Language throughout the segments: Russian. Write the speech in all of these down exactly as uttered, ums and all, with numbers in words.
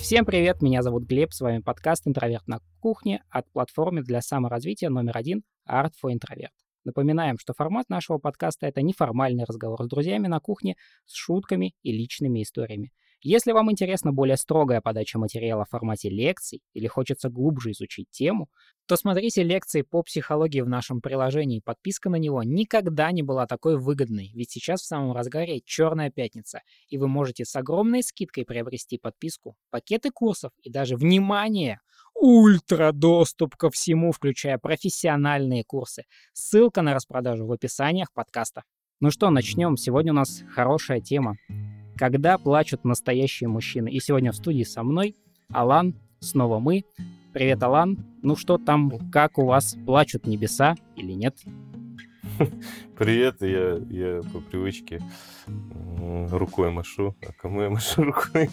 Всем привет, меня зовут Глеб, с вами подкаст «Интроверт на кухне» от платформы для саморазвития номер один Art for Introvert. Напоминаем, что формат нашего подкаста — это неформальный разговор с друзьями на кухне с шутками и личными историями. Если вам интересна более строгая подача материала в формате лекций или хочется глубже изучить тему, то смотрите лекции по психологии в нашем приложении. Подписка на него никогда не была такой выгодной, ведь сейчас в самом разгаре «Черная пятница», и вы можете с огромной скидкой приобрести подписку, пакеты курсов и даже, внимание, ультра-доступ ко всему, включая профессиональные курсы. Ссылка на распродажу в описаниях подкаста. Ну что, начнем. Сегодня у нас хорошая тема. Когда плачут настоящие мужчины. И сегодня в студии со мной Алан, снова мы. Привет, Алан. Ну что там, как у вас, плачут небеса или нет? Привет, я, я по привычке рукой машу. А кому я машу рукой?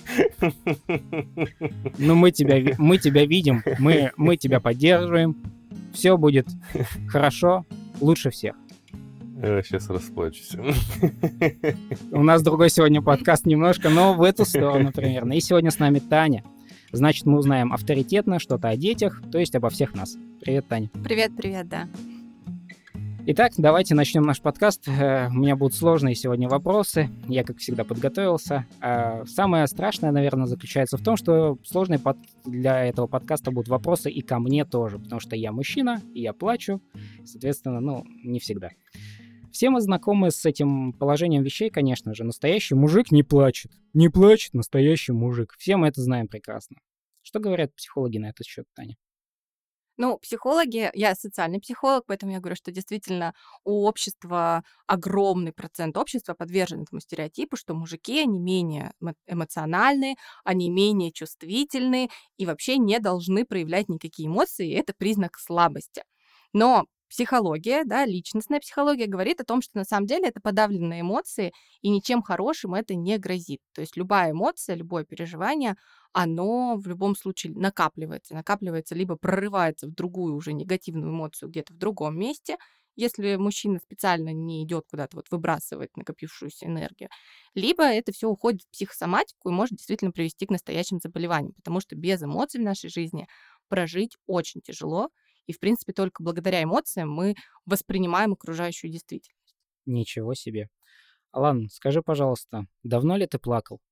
Ну мы тебя, ви- мы тебя видим, мы, мы тебя поддерживаем. Все будет хорошо, лучше всех. Я сейчас расплачусь. У нас другой сегодня подкаст немножко, но в эту сторону примерно. И сегодня с нами Таня. Значит, мы узнаем авторитетно что-то о детях, то есть обо всех нас. Привет, Таня. Привет, привет, да. Итак, давайте начнем наш подкаст. Э, У меня будут сложные сегодня вопросы. Я, как всегда, подготовился. А Самое страшное, наверное, заключается в том, что сложные под- для этого подкаста будут вопросы и ко мне тоже, потому что я мужчина, и я плачу. Соответственно, ну, не всегда. Все мы знакомы с этим положением вещей, конечно же. Настоящий мужик не плачет. Не плачет настоящий мужик. Все мы это знаем прекрасно. Что говорят психологи на этот счет, Таня? Ну, психологи, я социальный психолог, поэтому я говорю, что действительно у общества огромный процент общества подвержен этому стереотипу, что мужики, они менее эмо- эмоциональны, они менее чувствительны и вообще не должны проявлять никакие эмоции, и это признак слабости. Но психология, да, личностная психология говорит о том, что на самом деле это подавленные эмоции, и ничем хорошим это не грозит. То есть любая эмоция, любое переживание, оно в любом случае накапливается. Накапливается, либо прорывается в другую уже негативную эмоцию где-то в другом месте, если мужчина специально не идет куда-то вот выбрасывать накопившуюся энергию, либо это все уходит в психосоматику и может действительно привести к настоящим заболеваниям, потому что без эмоций в нашей жизни прожить очень тяжело, и, в принципе, только благодаря эмоциям мы воспринимаем окружающую действительность. Ничего себе. Алан, скажи, пожалуйста, давно ли ты плакал?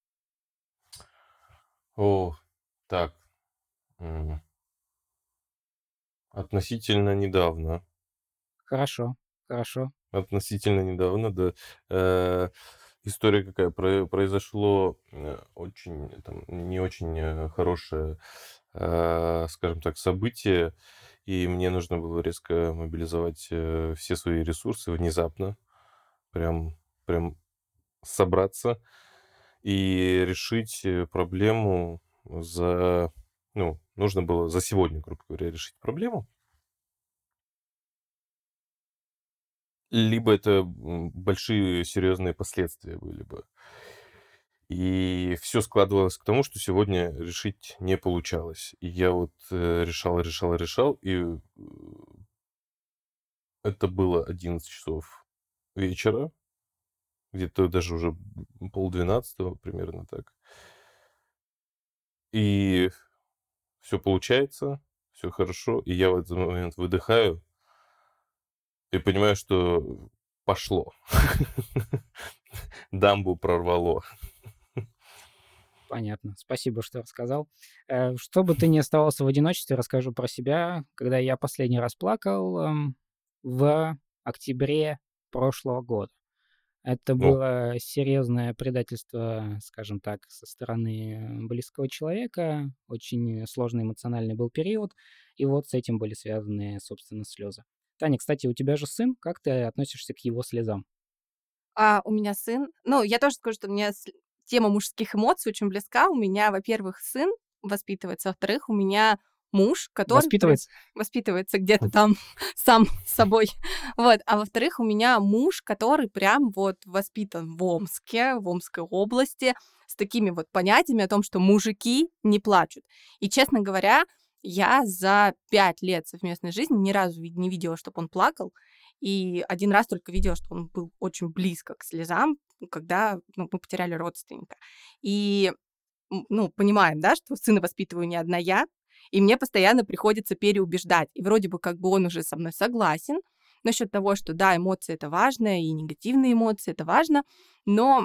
О, так, м, относительно недавно. Хорошо, хорошо. Относительно недавно, да. Э, История какая? Про- Произошло э, очень, там, не очень э, хорошее, э, скажем так, событие, и мне нужно было резко мобилизовать э, все свои ресурсы внезапно, прям, прям собраться и решить э, проблему за... Ну, нужно было за сегодня, грубо говоря, решить проблему. Либо это м, большие серьезные последствия были бы. И все складывалось к тому, что сегодня решить не получалось. И я вот э, решал, решал, решал, и э, это было одиннадцать часов вечера, где-то даже уже полдвенадцатого примерно так. И все получается, все хорошо, и я в этот момент выдыхаю и понимаю, что пошло. Дамбу прорвало. Понятно. Спасибо, что рассказал. Э, Чтобы ты не оставался в одиночестве, расскажу про себя. Когда я последний раз плакал, эм, в октябре прошлого года. Это Ну, было серьезное предательство, скажем так, со стороны близкого человека. Очень сложный эмоциональный был период. И вот с этим были связаны, собственно, слезы. Таня, кстати, у тебя же сын. Как ты относишься к его слезам? А у меня сын, ну, я тоже скажу, что мне с- тема мужских эмоций очень близка. У меня, во-первых, сын воспитывается, во-вторых, у меня муж, который при- Воспитывается? воспитывается где-то там сам с собой. Вот. А во-вторых, у меня муж, который прям вот воспитан в Омске, в Омской области, с такими вот понятиями о том, что мужики не плачут. И, честно говоря, я за пять лет совместной жизни ни разу ви- не видела, чтобы он плакал. И один раз только видела, что он был очень близко к слезам, когда, ну, мы потеряли родственника. И м, ну, понимаем, да, что сына воспитываю не одна я, и мне постоянно приходится переубеждать. И вроде бы как бы он уже со мной согласен насчет того, что да, эмоции — это важно, и негативные эмоции — это важно, но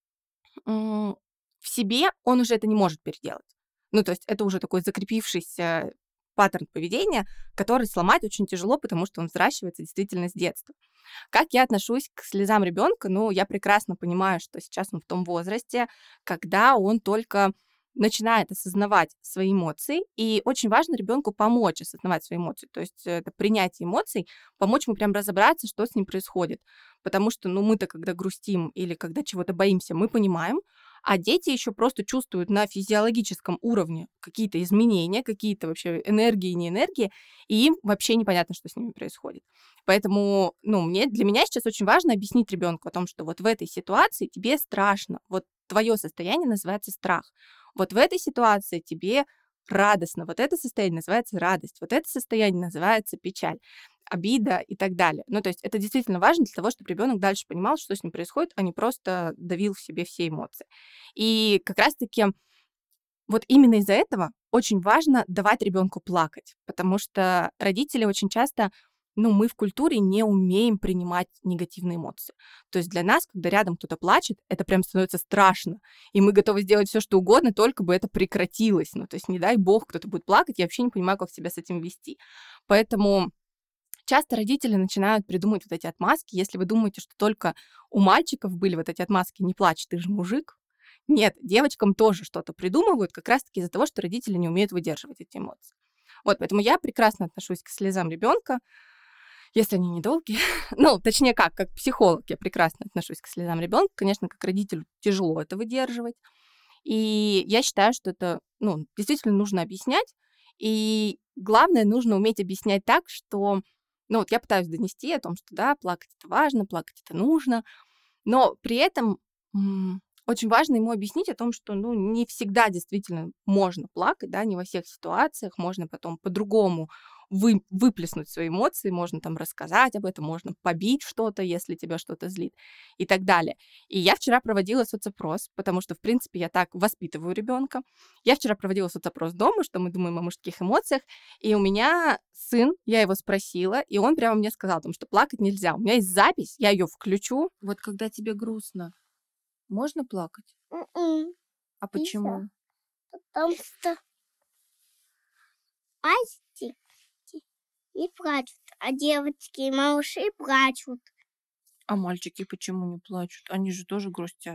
м, в себе он уже это не может переделать. Ну, то есть это уже такой закрепившийся паттерн поведения, который сломать очень тяжело, потому что он взращивается действительно с детства. Как я отношусь к слезам ребенка? Ну, я прекрасно понимаю, что сейчас он в том возрасте, когда он только начинает осознавать свои эмоции, и очень важно ребенку помочь осознавать свои эмоции, то есть это принятие эмоций, помочь ему прям разобраться, что с ним происходит. Потому что, ну, мы-то, когда грустим или когда чего-то боимся, мы понимаем, а дети еще просто чувствуют на физиологическом уровне какие-то изменения, какие-то вообще энергии, не энергии, и им вообще непонятно, что с ними происходит. Поэтому, ну, мне, для меня сейчас очень важно объяснить ребенку о том, что вот в этой ситуации тебе страшно, вот твое состояние называется страх. Вот в этой ситуации тебе радостно, вот это состояние называется радость, вот это состояние называется печаль, обида и так далее. Ну, то есть это действительно важно для того, чтобы ребенок дальше понимал, что с ним происходит, а не просто давил в себе все эмоции. И как раз-таки вот именно из-за этого очень важно давать ребенку плакать, потому что родители очень часто, ну, мы в культуре не умеем принимать негативные эмоции. То есть для нас, когда рядом кто-то плачет, это прям становится страшно, и мы готовы сделать все, что угодно, только бы это прекратилось. Ну, то есть не дай бог кто-то будет плакать, я вообще не понимаю, как себя с этим вести. Поэтому часто родители начинают придумывать вот эти отмазки. Если вы думаете, что только у мальчиков были вот эти отмазки «не плачь, ты же мужик», нет, девочкам тоже что-то придумывают как раз-таки из-за того, что родители не умеют выдерживать эти эмоции. Вот, поэтому я прекрасно отношусь к слезам ребенка, если они недолгие. Ну, точнее как, как психолог я прекрасно отношусь к слезам ребенка. Конечно, как родителю тяжело это выдерживать. И я считаю, что это, ну, действительно нужно объяснять. И главное, нужно уметь объяснять так, что, ну, вот я пытаюсь донести о том, что, да, плакать — это важно, плакать — это нужно, но при этом м, очень важно ему объяснить о том, что, ну, не всегда действительно можно плакать, да, не во всех ситуациях, можно потом по-другому вы, выплеснуть свои эмоции, можно там рассказать об этом, можно побить что-то, если тебя что-то злит и так далее. И я вчера проводила соцопрос, потому что, в принципе, я так воспитываю ребенка. Я вчера проводила соцопрос дома, что мы думаем о мужских эмоциях, и у меня сын, я его спросила, и он прямо мне сказал о том, что плакать нельзя. У меня есть запись, я ее включу. Вот когда тебе грустно, можно плакать? М-м, А нельзя. почему? Потому что мальчики не плачут, а девочки и малыши плачут. А мальчики почему не плачут? Они же тоже грустят.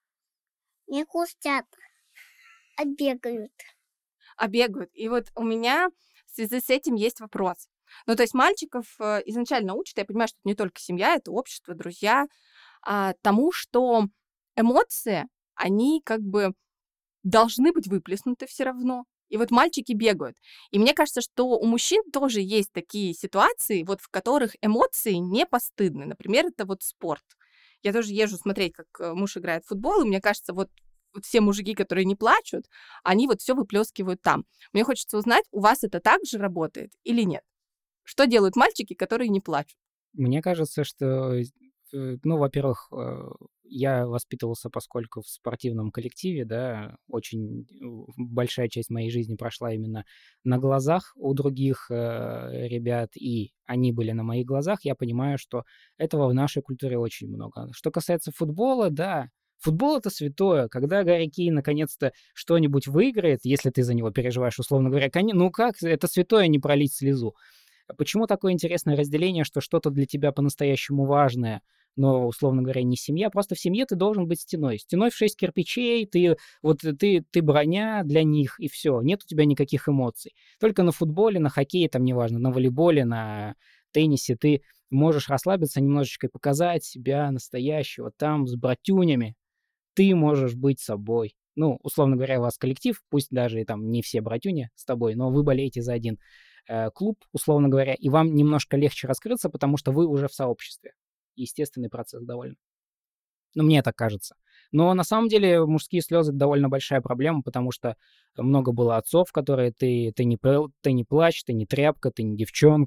Не грустят, а бегают. А бегают. И вот у меня в связи с этим есть вопрос. Ну, то есть мальчиков э, изначально учат, я понимаю, что это не только семья, это общество, друзья, а, тому, что эмоции, они как бы должны быть выплеснуты все равно. И вот мальчики бегают. И мне кажется, что у мужчин тоже есть такие ситуации, вот в которых эмоции не постыдны. Например, это вот спорт. Я тоже езжу смотреть, как э, муж играет в футбол, и мне кажется, вот, вот все мужики, которые не плачут, они вот все выплескивают там. Мне хочется узнать, у вас это так же работает или нет? Что делают мальчики, которые не плачут? Мне кажется, что, э, ну, во-первых, э, я воспитывался, поскольку в спортивном коллективе, да, очень э, большая часть моей жизни прошла именно на глазах у других э, ребят, и они были на моих глазах, я понимаю, что этого в нашей культуре очень много. Что касается футбола, да, футбол — это святое. Когда Гарри Кейн наконец-то что-нибудь выиграет, если ты за него переживаешь, условно говоря, коне- ну как, это святое не пролить слезу. Почему такое интересное разделение, что что-то для тебя по-настоящему важное, но, условно говоря, не семья? Просто в семье ты должен быть стеной. Стеной в шесть кирпичей, ты, вот, ты, ты броня для них, и все. Нет у тебя никаких эмоций. Только на футболе, на хоккее, там неважно, на волейболе, на теннисе ты можешь расслабиться немножечко и показать себя настоящего там с братюнями. Ты можешь быть собой. Ну, условно говоря, у вас коллектив, пусть даже и там не все братюни с тобой, но вы болеете за один э, клуб, условно говоря, и вам немножко легче раскрыться, потому что вы уже в сообществе. Естественный процесс довольно. Ну, мне так кажется. Но на самом деле мужские слезы — это довольно большая проблема, потому что много было отцов, которые ты, ты, не, пэл- ты не плачь, ты не тряпка, ты не девчонка,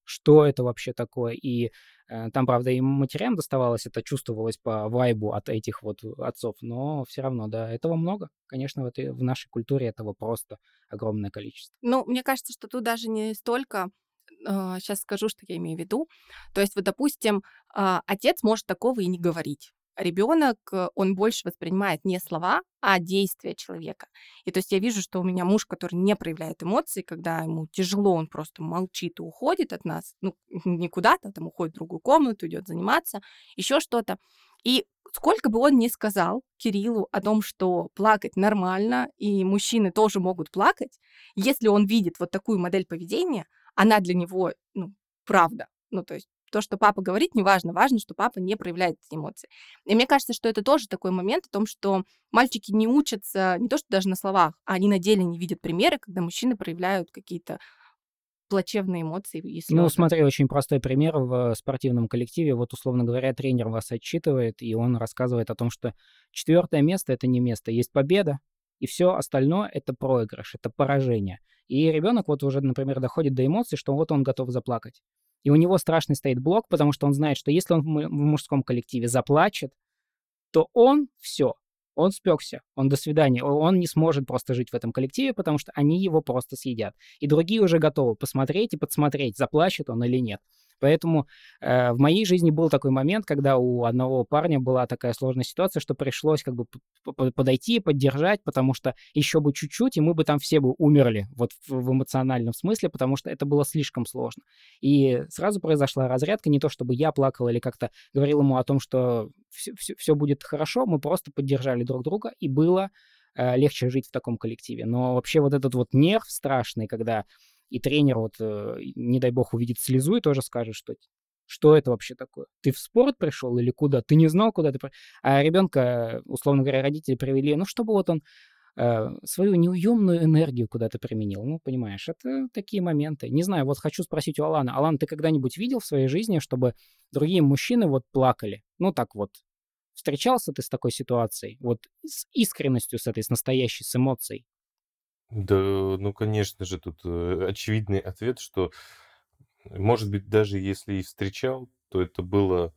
что это вообще такое. И э, там, правда, и матерям доставалось, это чувствовалось по вайбу от этих вот отцов, но все равно, да, этого много. Конечно, в, этой, в нашей культуре этого просто огромное количество. Ну, мне кажется, что тут даже не столько, сейчас скажу, что я имею в виду. То есть вот, допустим, а, отец может такого и не говорить. Ребенок, э, он больше воспринимает не слова, а действия человека. И то есть я вижу, что у меня муж, который не проявляет эмоций, когда ему тяжело, он просто молчит и уходит от нас, ну, не куда-то, там уходит в другую комнату, идет заниматься, еще что-то. И сколько бы он ни сказал Кириллу о том, что плакать нормально, и мужчины тоже могут плакать, если он видит вот такую модель поведения, она для него, ну, правда. Ну, то есть то, что папа говорит, не важно. Важно, что папа не проявляет эти эмоции. И мне кажется, что это тоже такой момент о том, что мальчики не учатся не то, что даже на словах, а они на деле не видят примеры, когда мужчины проявляют какие-то плачевные эмоции и Ну, слезы. смотри, очень простой пример в спортивном коллективе. Вот, условно говоря, тренер вас отчитывает, и он рассказывает о том, что четвертое место — это не место. Есть победа, и все остальное — это проигрыш, это поражение. И ребенок вот уже, например, доходит до эмоций, что вот он готов заплакать. И у него страшный стоит блок, потому что он знает, что если он в му- в мужском коллективе заплачет, то он все, он спекся, он до свидания, о- он не сможет просто жить в этом коллективе, потому что они его просто съедят. И другие уже готовы посмотреть и подсмотреть, заплачет он или нет. Поэтому э, в моей жизни был такой момент, когда у одного парня была такая сложная ситуация, что пришлось как бы п- п- подойти, поддержать, потому что еще бы чуть-чуть, и мы бы там все бы умерли вот в, в эмоциональном смысле, потому что это было слишком сложно. И сразу произошла разрядка, не то чтобы я плакал или как-то говорил ему о том, что все, будет хорошо, мы просто поддержали друг друга, и было э, легче жить в таком коллективе. Но вообще вот этот вот нерв страшный, когда и тренер, вот, э, не дай бог, увидит слезу и тоже скажет, что что это вообще такое? Ты в спорт пришел или куда? Ты не знал, куда ты... при-» А ребенка, условно говоря, родители привели, ну, чтобы вот он э, свою неуемную энергию куда-то применил. Ну, понимаешь, это такие моменты. Не знаю, вот хочу спросить у Алана. Алан, ты когда-нибудь видел в своей жизни, чтобы другие мужчины вот плакали? Ну, так вот. Встречался ты с такой ситуацией? Вот с искренностью, с этой, с настоящей, с эмоцией? Да, ну, конечно же, тут э, очевидный ответ, что, может быть, даже если и встречал, то это было,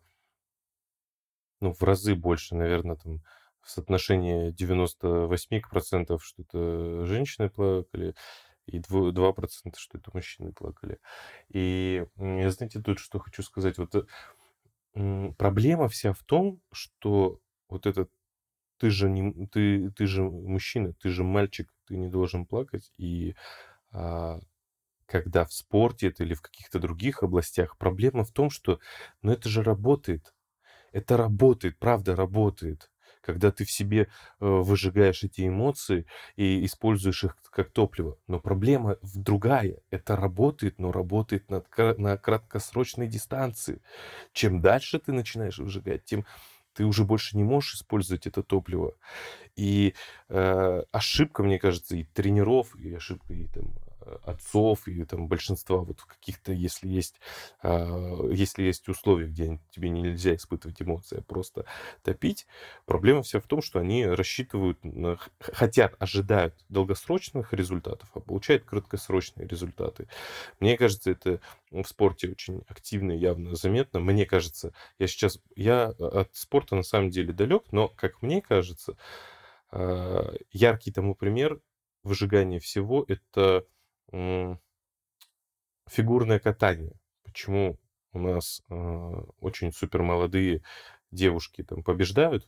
ну, в разы больше, наверное, там, в соотношении девяносто восемь процентов, что это женщины плакали, и дво- два процента, что это мужчины плакали. И, м, я, знаете, тут что хочу сказать. Вот э, м, проблема вся в том, что вот этот ты же не м- ты, ты же мужчина, ты же мальчик, ты не должен плакать. И а, когда в спорте это или в каких-то других областях, проблема в том, что, ну, это же работает. Это работает, правда работает. Когда ты в себе э, выжигаешь эти эмоции и используешь их как топливо. Но проблема в другая. Это работает, но работает на, кра- на краткосрочной дистанции. Чем дальше ты начинаешь выжигать, тем ты уже больше не можешь использовать это топливо. И э, ошибка, мне кажется, и тренеров, и ошибка и там э, отцов, и там большинства вот в каких-то, если есть, а, если есть условия, где тебе нельзя испытывать эмоции, а просто топить, проблема вся в том, что они рассчитывают, на, х- хотят, ожидают долгосрочных результатов, а получают краткосрочные результаты. Мне кажется, это в спорте очень активно и явно заметно. Мне кажется, я сейчас, я от спорта на самом деле далек, но, как мне кажется, а, яркий тому пример выжигания всего — это м, фигурное катание. Почему у нас а, очень супер молодые девушки там побеждают,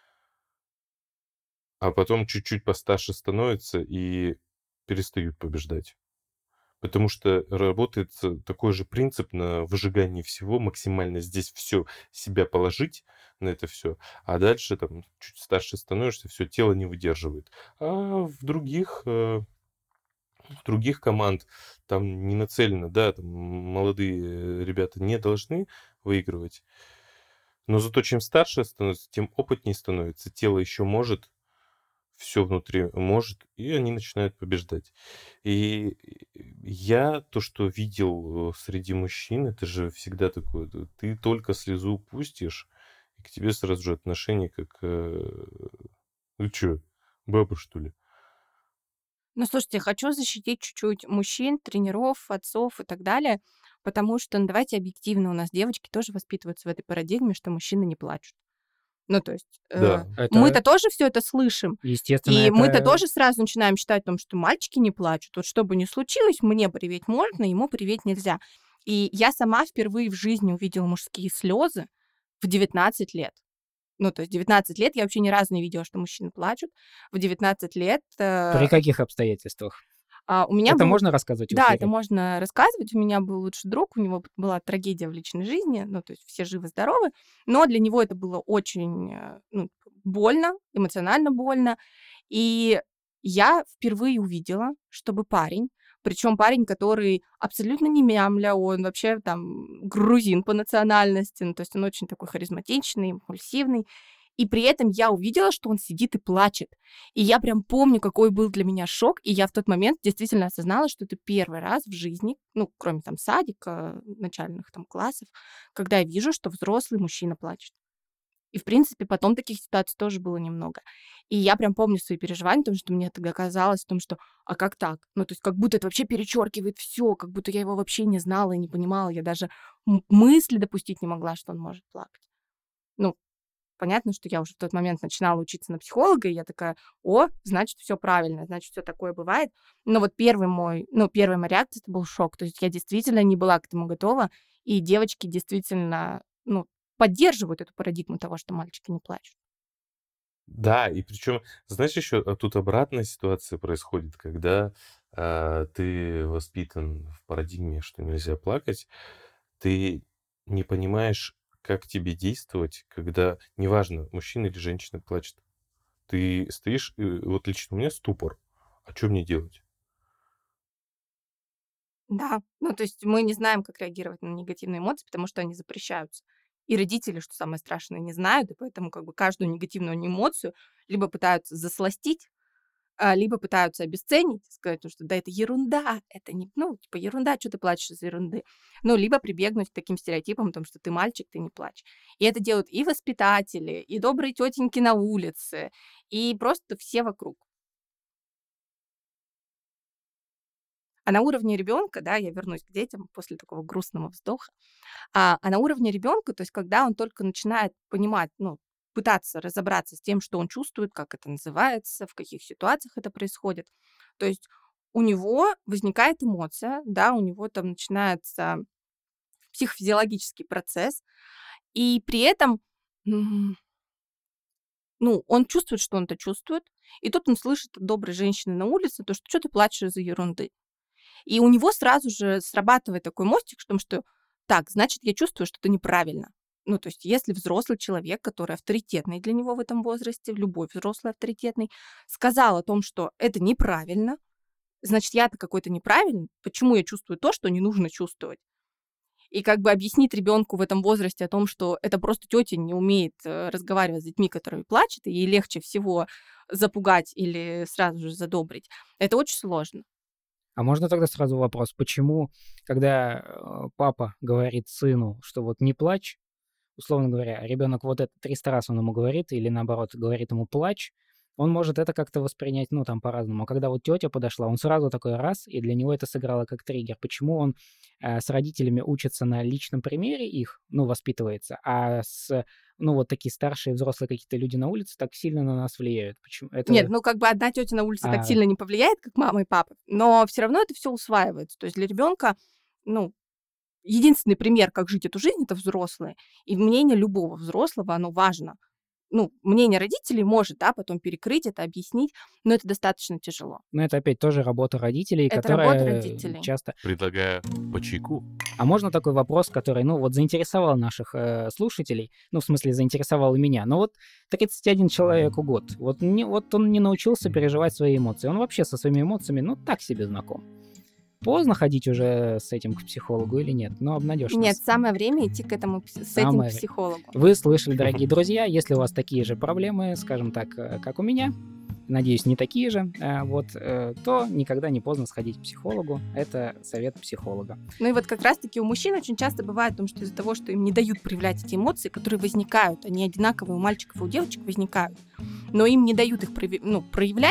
а потом чуть-чуть постарше становятся и перестают побеждать. Потому что работает э, такой же принцип на выжигании всего, максимально здесь все себя положить на это все, а дальше там чуть старше становишься, все тело не выдерживает. А в других э, других команд там не нацелено, да, там молодые ребята не должны выигрывать, но зато чем старше становится, тем опытнее становится, тело еще может, все внутри может, и они начинают побеждать. И я то, что видел э, среди мужчин, это же всегда такое, т- ты только слезу пустишь, и к тебе сразу же отношение как, э, ну чё, баба что ли? Ну, слушайте, хочу защитить чуть-чуть мужчин, тренеров, отцов и так далее, Потому что, ну, давайте объективно, у нас девочки тоже воспитываются в этой парадигме, что мужчины не плачут. Ну, то есть э, Да. Это, мы-то тоже все это слышим. естественно, И мы-то это... тоже сразу начинаем считать о том, что мальчики не плачут. Вот что бы ни случилось, мне приветь можно, ему приветь нельзя. И я сама впервые в жизни увидела мужские слезы в девятнадцать лет. Ну, то есть девятнадцать лет я вообще ни разу не видела, что мужчины плачут. В девятнадцать лет э, При каких обстоятельствах? а, у меня Это был... можно рассказывать в Да, это эфире? можно рассказывать. У меня был лучший друг, у него была трагедия в личной жизни, ну, то есть все живы-здоровы, но для него это было очень э, ну, больно, эмоционально больно. И я впервые увидела, чтобы парень, причем парень, который абсолютно не мямля, он вообще там грузин по национальности, ну, то есть он очень такой харизматичный, импульсивный, и при этом я увидела, что он сидит и плачет. И я прям помню, какой был для меня шок, и я в тот момент действительно осознала, что это первый раз в жизни, ну, кроме там садика, начальных там классов, когда я вижу, что взрослый мужчина плачет. И, в принципе, потом таких ситуаций тоже было немного. И я прям помню свои переживания, потому что мне тогда казалось, о том, что а как так? Ну, то есть как будто это вообще перечеркивает все, как будто я его вообще не знала и не понимала. Я даже м- мысли допустить не могла, что он может плакать. Ну, понятно, что я уже в тот момент начинала учиться на психолога, и я такая, о, значит, все правильно, значит, все такое бывает. Но вот первый мой, ну, первая моя реакция, это был шок. То есть я действительно не была к этому готова, и девочки действительно, ну, поддерживают эту парадигму того, что мальчики не плачут. Да, и причем, знаешь, еще тут обратная ситуация происходит, когда а, ты воспитан в парадигме, что нельзя плакать, ты не понимаешь, как тебе действовать, когда, неважно, мужчина или женщина плачет. Ты стоишь, и вот лично у меня ступор. А что мне делать? Да, ну, то есть мы не знаем, как реагировать на негативные эмоции, потому что они запрещаются. И родители, что самое страшное, не знают, и поэтому как бы каждую негативную эмоцию либо пытаются засластить, а, либо пытаются обесценить, сказать, что да, это ерунда, это не, ну, типа, ерунда, что ты плачешь из-за ерунды. Ну, либо прибегнуть к таким стереотипам, о том, что ты мальчик, ты не плачь. И это делают и воспитатели, и добрые тетеньки на улице, и просто все вокруг. А на уровне ребенка, да, я вернусь к детям после такого грустного вздоха, а, а на уровне ребенка, то есть когда он только начинает понимать, ну, пытаться разобраться с тем, что он чувствует, как это называется, в каких ситуациях это происходит, то есть у него возникает эмоция, да, у него там начинается психофизиологический процесс, и при этом, м, ну, он чувствует, что он это чувствует, и тут он слышит от доброй женщины на улице, то, что что ты плачешь из-за ерунды. И у него сразу же срабатывает такой мостик, что, что так, значит, я чувствую что-то неправильно. Ну, то есть, если взрослый человек, который авторитетный для него в этом возрасте, любой взрослый авторитетный, сказал о том, что это неправильно, значит, я-то какой-то неправильный, почему я чувствую то, что не нужно чувствовать? И как бы объяснить ребенку в этом возрасте о том, что это просто тетя не умеет э, разговаривать с детьми, которые плачут, и ей легче всего запугать или сразу же задобрить, это очень сложно. А можно тогда сразу вопрос, почему, когда э, папа говорит сыну, что вот не плачь, условно говоря, ребенок вот это триста раз он ему говорит, или наоборот, говорит ему плачь, он может это как-то воспринять, ну, там, по-разному. А когда вот тетя подошла, он сразу такой раз, и для него это сыграло как триггер. Почему он э, с родителями учится на личном примере их, ну, воспитывается, а с, ну, вот такие старшие взрослые какие-то люди на улице так сильно на нас влияют? Почему? Это... Нет, ну как бы одна тетя на улице так А, сильно не повлияет, как мама и папа, но все равно это все усваивается. То есть для ребенка, ну, единственный пример, как жить эту жизнь, это взрослые. И мнение любого взрослого, оно важно. Ну, мнение родителей может, да, потом перекрыть это, объяснить, но это достаточно тяжело. ну, это опять тоже работа родителей, Это работа которая родителей. часто... Предлагаю по чайку. А можно такой вопрос, который, ну, вот заинтересовал наших э, слушателей, ну, в смысле, заинтересовал и меня, но вот тридцать один человеку год, вот, не, вот он не научился переживать свои эмоции, он вообще со своими эмоциями, ну, так себе знаком. Поздно ходить уже с этим к психологу или нет? Ну, обнадежь Нет, нас. самое время идти к этому, пс- с этим к Самое... психологу. Вы слышали, дорогие друзья, если у вас такие же проблемы, скажем так, э, как у меня, надеюсь, не такие же, э, вот, э, то никогда не поздно сходить к психологу. Это совет психолога. Ну и вот как раз-таки у мужчин очень часто бывает, потому что из-за того, что им не дают проявлять эти эмоции, которые возникают, они одинаковые у мальчиков и у девочек возникают, но им не дают их прояви- ну, проявлять,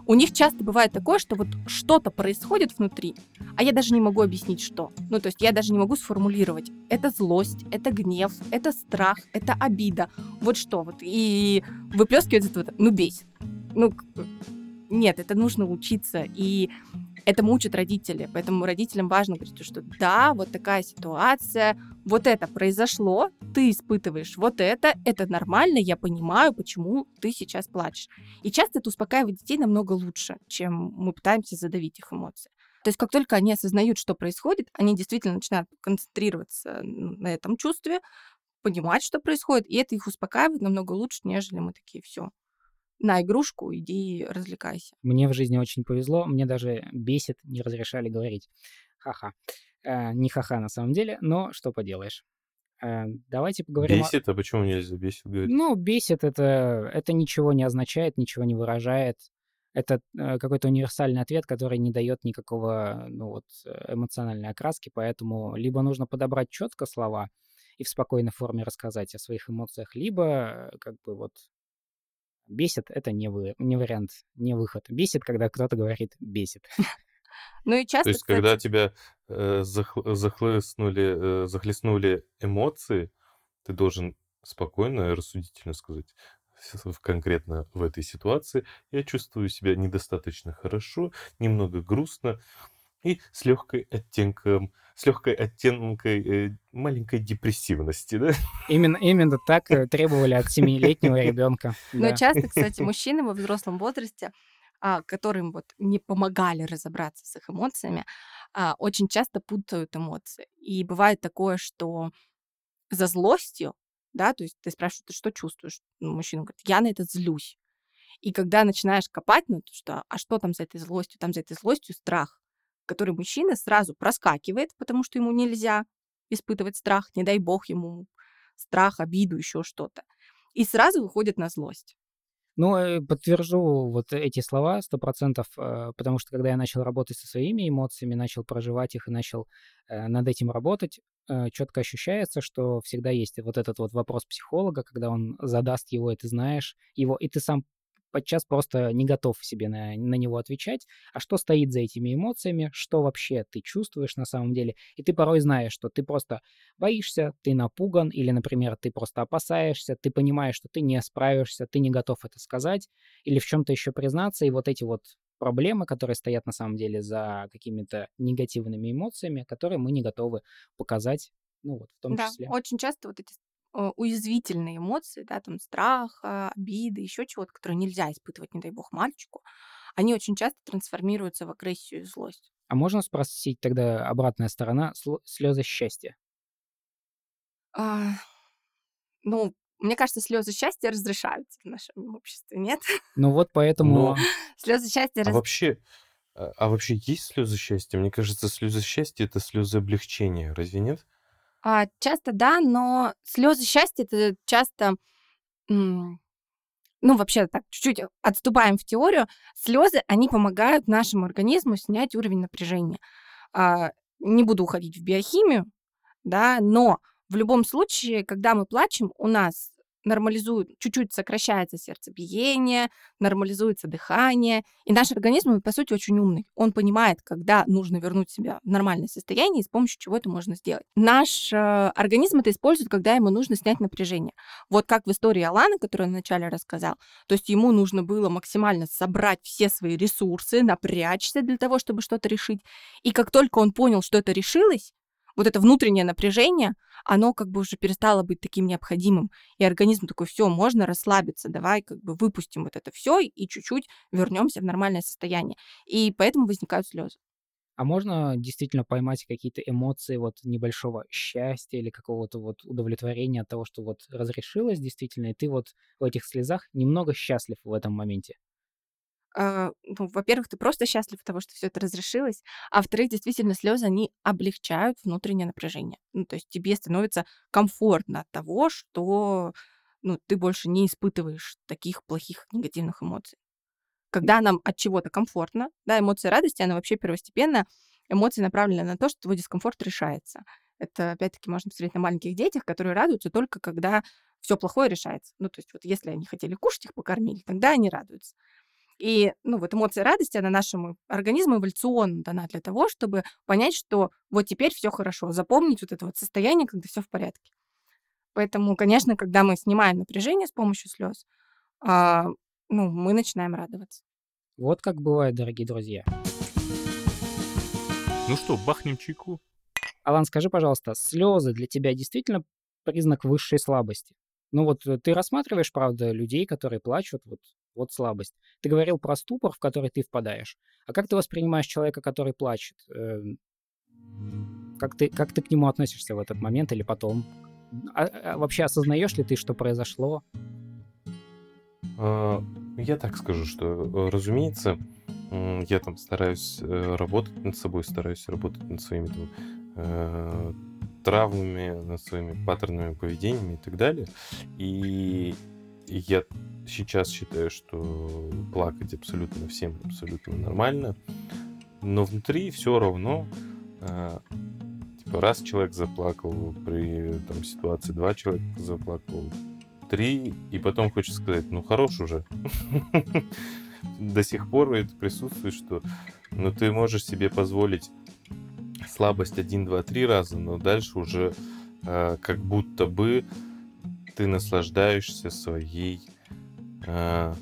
у них часто бывает такое, что вот что-то происходит внутри, а я даже не могу объяснить, что. Ну, то есть я даже не могу сформулировать. Это злость, это гнев, это страх, это обида. Вот что вот. И выплескивается это вот, ну, бесит. Ну, как бы, нет, это нужно учиться. И этому учат родители. Поэтому родителям важно говорить, что да, вот такая ситуация, вот это произошло, ты испытываешь вот это, это нормально, я понимаю, почему ты сейчас плачешь. И часто это успокаивает детей намного лучше, чем мы пытаемся задавить их эмоции. То есть как только они осознают, что происходит, они действительно начинают концентрироваться ну, на этом чувстве, понимать, что происходит, и это их успокаивает намного лучше, нежели мы такие, все, на игрушку, иди и развлекайся. Мне в жизни очень повезло, мне даже бесит, не разрешали говорить. Ха-ха. Э, не ха-ха на самом деле, но что поделаешь. Э, давайте поговорим о... Бесит? А почему нельзя бесит говорить? Ну, бесит это, это ничего не означает, ничего не выражает. Это э, какой-то универсальный ответ, который не дает никакого ну, вот, э, эмоциональной окраски, поэтому либо нужно подобрать четко слова и в спокойной форме рассказать о своих эмоциях, либо э, как бы вот бесит — это не, вы, не вариант, не выход. Бесит, когда кто-то говорит «бесит». Ну и То часто, есть, когда кстати, тебя э, захл- захлестнули, э, захлестнули эмоции, ты должен спокойно и рассудительно сказать, с- в- конкретно в этой ситуации я чувствую себя недостаточно хорошо, немного грустно и с легкой оттенком, с легкой оттенкой э, маленькой депрессивности, да? Именно, именно так э, требовали от семилетнего ребенка. но Да. часто, кстати, мужчины во взрослом возрасте, а, которым вот не помогали разобраться с их эмоциями, а, очень часто путают эмоции. И бывает такое, что за злостью, да, то есть ты спрашиваешь, ты что чувствуешь? Ну, мужчина говорит, я на это злюсь. И когда начинаешь копать, ну, то что, а что там за этой злостью? Там за этой злостью страх, который мужчина сразу проскакивает, потому что ему нельзя испытывать страх, не дай бог ему страх, обиду, еще что-то. И сразу выходит на злость. Ну, э, подтвержу вот эти слова сто процентов, э, потому что когда я начал работать со своими эмоциями, начал проживать их и начал э, над этим работать, э, четко ощущается, что всегда есть вот этот вот вопрос психолога, когда он задаст его, и ты знаешь его, и ты сам подчас просто не готов себе на, на него отвечать, а что стоит за этими эмоциями, что вообще ты чувствуешь на самом деле, и ты порой знаешь, что ты просто боишься, ты напуган, или, например, ты просто опасаешься, ты понимаешь, что ты не справишься, ты не готов это сказать, или в чем-то еще признаться, и вот эти вот проблемы, которые стоят на самом деле за какими-то негативными эмоциями, которые мы не готовы показать, ну вот, в том Да, числе. очень часто вот эти э, уязвительные эмоции, да, там страха, обиды, еще чего-то, которые нельзя испытывать, не дай бог, мальчику, они очень часто трансформируются в агрессию и злость. А можно спросить тогда обратная сторона, сло- слезы счастья? А, ну, мне кажется, слезы счастья разрешаются в нашем обществе, нет? Ну вот Но, поэтому, Слезы счастья а раз... вообще, а а вообще есть слезы счастья? Мне кажется, слезы счастья — это слезы облегчения, разве нет? а, часто да, но слезы счастья это часто, м, ну вообще так чуть-чуть отступаем в теорию. Слезы они помогают нашему организму снять уровень напряжения. А, не буду уходить в биохимию, да, но в любом случае, когда мы плачем, у нас нормализует, чуть-чуть сокращается сердцебиение, нормализуется дыхание, и наш организм, он, по сути, очень умный. Он понимает, когда нужно вернуть себя в нормальное состояние, и с помощью чего это можно сделать. Наш э, организм это использует, когда ему нужно снять напряжение. Вот как в истории Алана, которую я вначале рассказал, то есть ему нужно было максимально собрать все свои ресурсы, напрячься для того, чтобы что-то решить. И как только он понял, что это решилось, вот это внутреннее напряжение, оно как бы уже перестало быть таким необходимым. И организм такой, все, можно расслабиться, давай как бы выпустим вот это все и чуть-чуть вернемся в нормальное состояние. И поэтому возникают слезы. а можно действительно поймать какие-то эмоции вот небольшого счастья или какого-то вот удовлетворения от того, что вот разрешилось действительно, и ты вот в этих слезах немного счастлив в этом моменте? А, ну, во-первых, ты просто счастлив от того, что все это разрешилось, а во-вторых, действительно, слезы, они облегчают внутреннее напряжение. Ну, то есть тебе становится комфортно от того, что ну, ты больше не испытываешь таких плохих негативных эмоций. Когда нам от чего-то комфортно, да, эмоция радости, она вообще первостепенно, эмоции направлены на то, что твой дискомфорт решается. Это, опять-таки, можно посмотреть на маленьких детях, которые радуются только когда все плохое решается. Ну, то есть вот если они хотели кушать, их покормили, тогда они радуются. И, ну, вот эмоция радости, она нашему организму эволюционно дана для того, чтобы понять, что вот теперь все хорошо, запомнить вот это вот состояние, когда все в порядке. Поэтому, конечно, когда мы снимаем напряжение с помощью слез, а, ну, мы начинаем радоваться. Вот как бывает, дорогие друзья. Ну что, бахнем чайку? Алан, скажи, пожалуйста, слезы для тебя действительно признак высшей слабости? Ну вот э, ты рассматриваешь, правда, людей, которые плачут, вот, вот слабость. Ты говорил про ступор, в который ты впадаешь. А как ты воспринимаешь человека, который плачет? Эм, Как ты, как ты к нему относишься в этот момент или потом? А- а вообще осознаешь ли ты, что произошло? А, Я так скажу, что, э, разумеется, м, я там стараюсь э, работать над собой, стараюсь работать над своими там, э, травмами, над своими паттернами поведениями и так далее. И я сейчас считаю, что плакать абсолютно всем абсолютно нормально, но внутри все равно, а, типа, раз человек заплакал при там, ситуации, два человека заплакал, три, и потом хочется сказать, ну хорош уже. До сих пор это присутствует, что ну ты можешь себе позволить слабость один, два, три раза, но дальше уже э, как будто бы ты наслаждаешься своей э,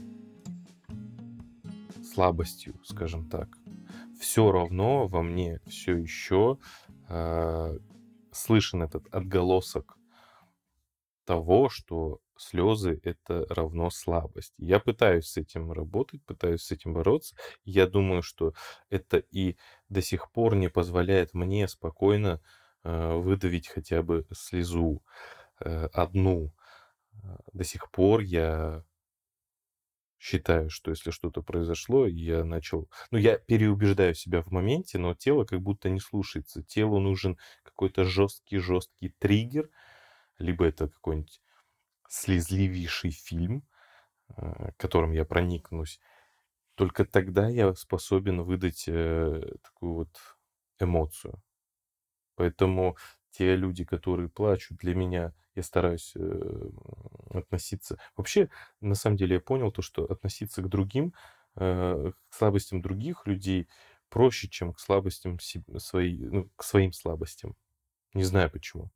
слабостью, скажем так. Все равно во мне все еще э, слышен этот отголосок того, что слезы это равно слабость. Я пытаюсь с этим работать, пытаюсь с этим бороться. Я думаю, что это и до сих пор не позволяет мне спокойно э, выдавить хотя бы слезу э, одну. Э, До сих пор я считаю, что если что-то произошло, и я начал... Ну, я переубеждаю себя в моменте, но тело как будто не слушается. Телу нужен какой-то жесткий-жесткий триггер, либо это какой-нибудь слезливейший фильм, э, которым я проникнусь, только тогда я способен выдать э, такую вот эмоцию. Поэтому те люди, которые плачут, для меня я стараюсь э, м, относиться... Вообще, на самом деле, я понял то, что относиться к другим, э, к слабостям других людей проще, чем к слабостям себ- своей, ну, к своим слабостям. Не знаю почему.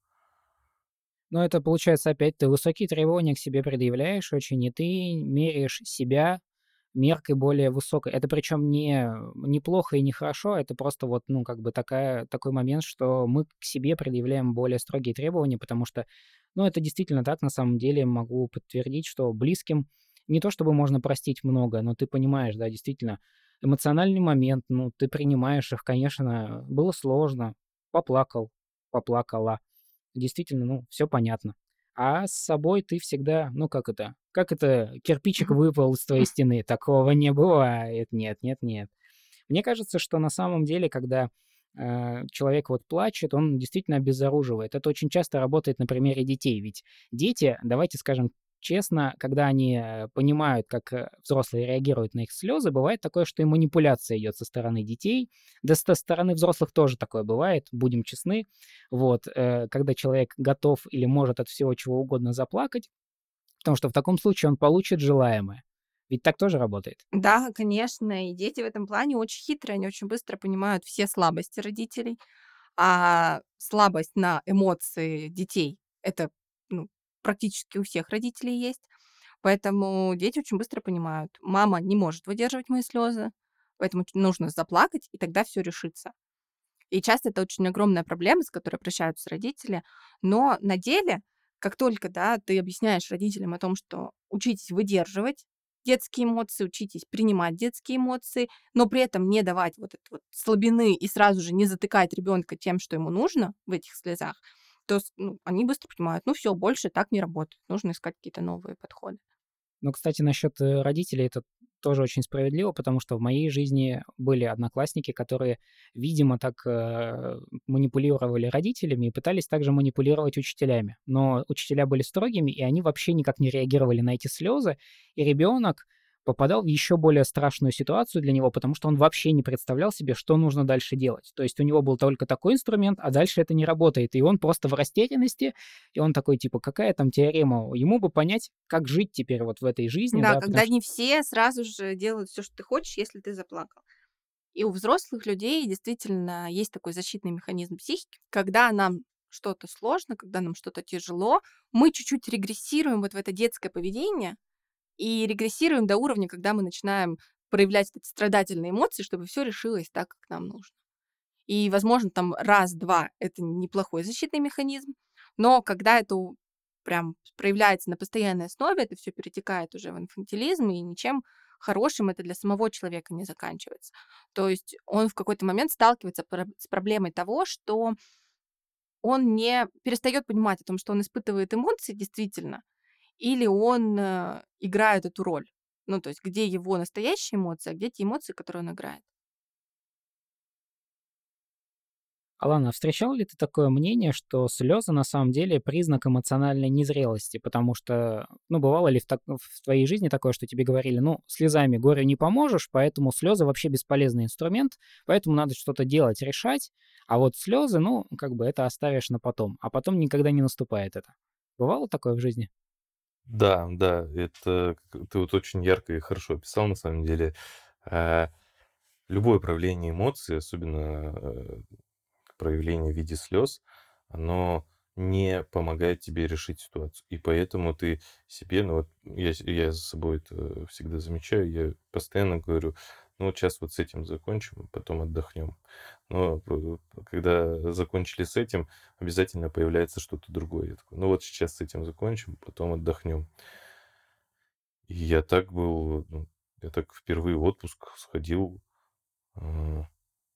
Но это получается опять ты высокие требования к себе предъявляешь очень, и ты меряешь себя меркой более высокой. Это причем не, не плохо и не хорошо, это просто вот, ну, как бы такая, такой момент, что мы к себе предъявляем более строгие требования, потому что, ну, это действительно так, на самом деле могу подтвердить, что близким не то чтобы можно простить много, но ты понимаешь, да, действительно, эмоциональный момент, ну, ты принимаешь их, конечно, было сложно, поплакал, поплакала. Действительно, ну, все понятно. А с собой ты всегда, ну, как это, как это, кирпичик Мгм. выпал из твоей стены, такого не бывает. Нет, нет, нет. Мне кажется, что на самом деле, когда э, человек вот плачет, он действительно обезоруживает. Это очень часто работает на примере детей. Ведь дети, давайте скажем честно, когда они э, понимают, как э, взрослые реагируют на их слезы, бывает такое, что и манипуляция идет со стороны детей. Да со стороны взрослых тоже такое бывает, будем честны. Вот, э, когда человек готов или может от всего чего угодно заплакать, потому что в таком случае он получит желаемое. Ведь так тоже работает. Да, конечно, и дети в этом плане очень хитрые, они очень быстро понимают все слабости родителей. А слабость на эмоции детей — это, ну, практически у всех родителей есть. Поэтому дети очень быстро понимают: мама не может выдерживать мои слезы, поэтому ч нужно заплакать, и тогда все решится. И часто это очень огромная проблема, с которой обращаются родители. Но на деле, как только, да, ты объясняешь родителям о том, что учитесь выдерживать детские эмоции, учитесь принимать детские эмоции, но при этом не давать вот этой вот слабины и сразу же не затыкать ребенка тем, что ему нужно в этих слезах, то с ну, они быстро понимают: ну все, больше так не работает, нужно искать какие-то новые подходы. Но, кстати, насчет э, родителей это тоже очень справедливо, потому что в моей жизни были одноклассники, которые, видимо, так э, манипулировали родителями и пытались также манипулировать учителями. Но учителя были строгими, и они вообще никак не реагировали на эти слезы. И ребенок попадал в еще более страшную ситуацию для него, потому что он вообще не представлял себе, что нужно дальше делать. То есть у него был только такой инструмент, а дальше это не работает. И он просто в растерянности, и он такой, типа, какая там теорема? Ему бы понять, как жить теперь вот в этой жизни, Да, да, потому когда что... не все сразу же делают все, что ты хочешь, если ты заплакал. И у взрослых людей действительно есть такой защитный механизм психики. Когда нам что-то сложно, когда нам что-то тяжело, мы чуть-чуть регрессируем вот в это детское поведение и регрессируем до уровня, когда мы начинаем проявлять эти страдательные эмоции, чтобы все решилось так, как нам нужно. И, возможно, там раз-два — это неплохой защитный механизм, но когда это у- прям проявляется на постоянной основе, это все перетекает уже в инфантилизм, и ничем хорошим это для самого человека не заканчивается. То есть он в какой-то момент сталкивается пр- с проблемой того, что он не перестает понимать о том, что он испытывает эмоции действительно, или он э, играет эту роль. Ну, то есть где его настоящие эмоции, а где те эмоции, которые он играет. Алана, а встречал ли ты такое мнение, что слезы на самом деле признак эмоциональной незрелости? Потому что, ну, бывало ли в, так- в твоей жизни такое, что тебе говорили, ну, слезами горю не поможешь, поэтому слезы вообще бесполезный инструмент, поэтому надо что-то делать, решать, а вот слезы, ну, как бы это оставишь на потом, а потом никогда не наступает это. Бывало такое в жизни? Да, да, это к ты вот очень ярко и хорошо описал на самом деле. Э, Любое проявление эмоций, особенно, э, проявление в виде слез, оно не помогает тебе решить ситуацию. И поэтому ты себе, ну вот я, с- я за собой это всегда замечаю, я постоянно говорю, ну вот сейчас вот с этим закончим, потом отдохнем. Но п- когда закончили с этим, обязательно появляется что-то другое. Я такой, ну вот сейчас с этим закончим, потом отдохнем. И я так был, ну, я так впервые в отпуск сходил а,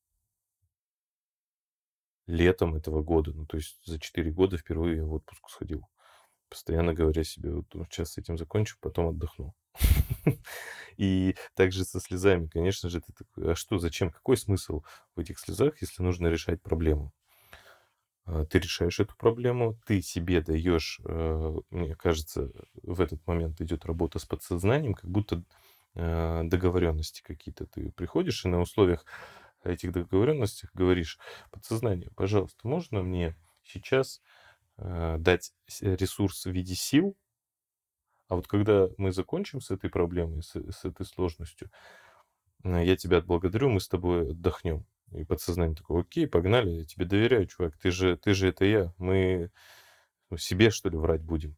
летом этого года. Ну, то есть за четыре года впервые я в отпуск сходил. Постоянно говоря себе, вот ну, сейчас с этим закончу, потом отдохну. И также со слезами, конечно же, ты такой, а что, зачем, какой смысл в этих слезах, если нужно решать проблему? А, Ты решаешь эту проблему, ты себе даешь, э, мне кажется, в этот момент идет работа с подсознанием, как будто э, договоренности какие-то. Ты приходишь и на условиях этих договоренностей говоришь, подсознанию, пожалуйста, можно мне сейчас э, дать с- ресурс в виде сил, а вот когда мы закончим с этой проблемой, с, с этой сложностью, э, я тебя отблагодарю, мы с тобой отдохнем. И подсознание такое, окей, погнали, я тебе доверяю, чувак, ты же, ты же это я, мы ну, себе, что ли, врать будем.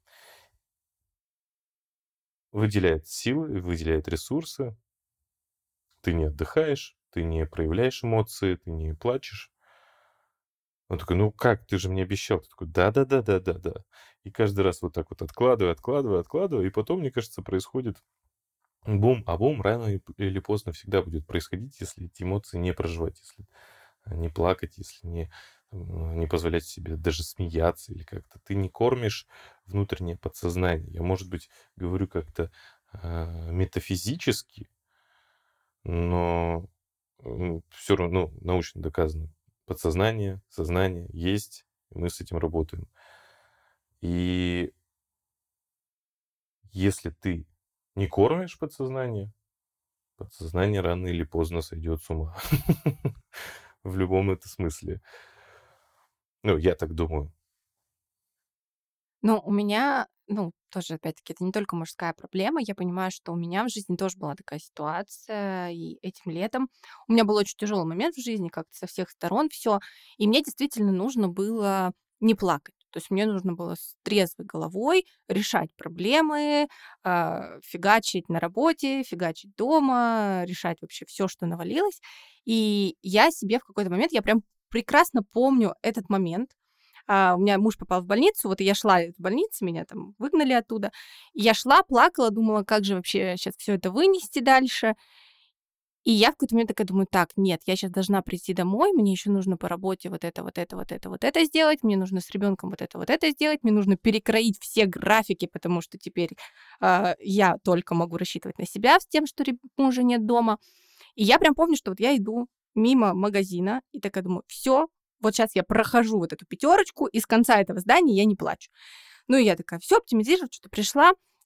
Выделяет силы, выделяет ресурсы, ты не отдыхаешь, ты не проявляешь эмоции, ты не плачешь. Он такой, ну как, ты же мне обещал. Ты такой, да-да-да-да-да-да. И каждый раз вот так вот откладываю, откладываю, откладываю, и потом, мне кажется, происходит бум, а бум рано и- или поздно всегда будет происходить, если эти эмоции не проживать, если не плакать, если не, м, не позволять себе даже смеяться или как-то. Ты не кормишь внутреннее подсознание. Я, может быть, говорю как-то а, метафизически, но все равно ну, научно доказано. Подсознание, сознание есть, и мы с этим работаем. И если ты не кормишь подсознание, подсознание рано или поздно сойдет с ума. В любом это смысле. Ну, я так думаю. Но у меня, ну, тоже, опять-таки, это не только мужская проблема. Я понимаю, что у меня в жизни тоже была такая ситуация, и этим летом у меня был очень тяжелый момент в жизни, как-то со всех сторон все, и мне действительно нужно было не плакать. То есть мне нужно было с трезвой головой решать проблемы, а, фигачить на работе, фигачить дома, решать вообще все, что навалилось. И я себе в какой-то момент, я прям прекрасно помню этот момент, а, у меня муж попал в больницу, вот и я шла из больницы, меня там выгнали оттуда. И я шла, плакала, думала, как же вообще сейчас все это вынести дальше. И я в какой-то момент такая думаю, так, нет, я сейчас должна прийти домой, мне еще нужно по работе вот это, вот это, вот это, вот это сделать, мне нужно с ребенком вот это, вот это сделать, мне нужно перекроить все графики, потому что теперь а, я только могу рассчитывать на себя с тем, что реб- мужа нет дома. И я прям помню, что вот я иду мимо магазина и такая думаю, все, вот сейчас я прохожу вот эту пятерочку, и с конца этого здания я не плачу. Ну и я такая, все, оптимизировать, что-то пришла.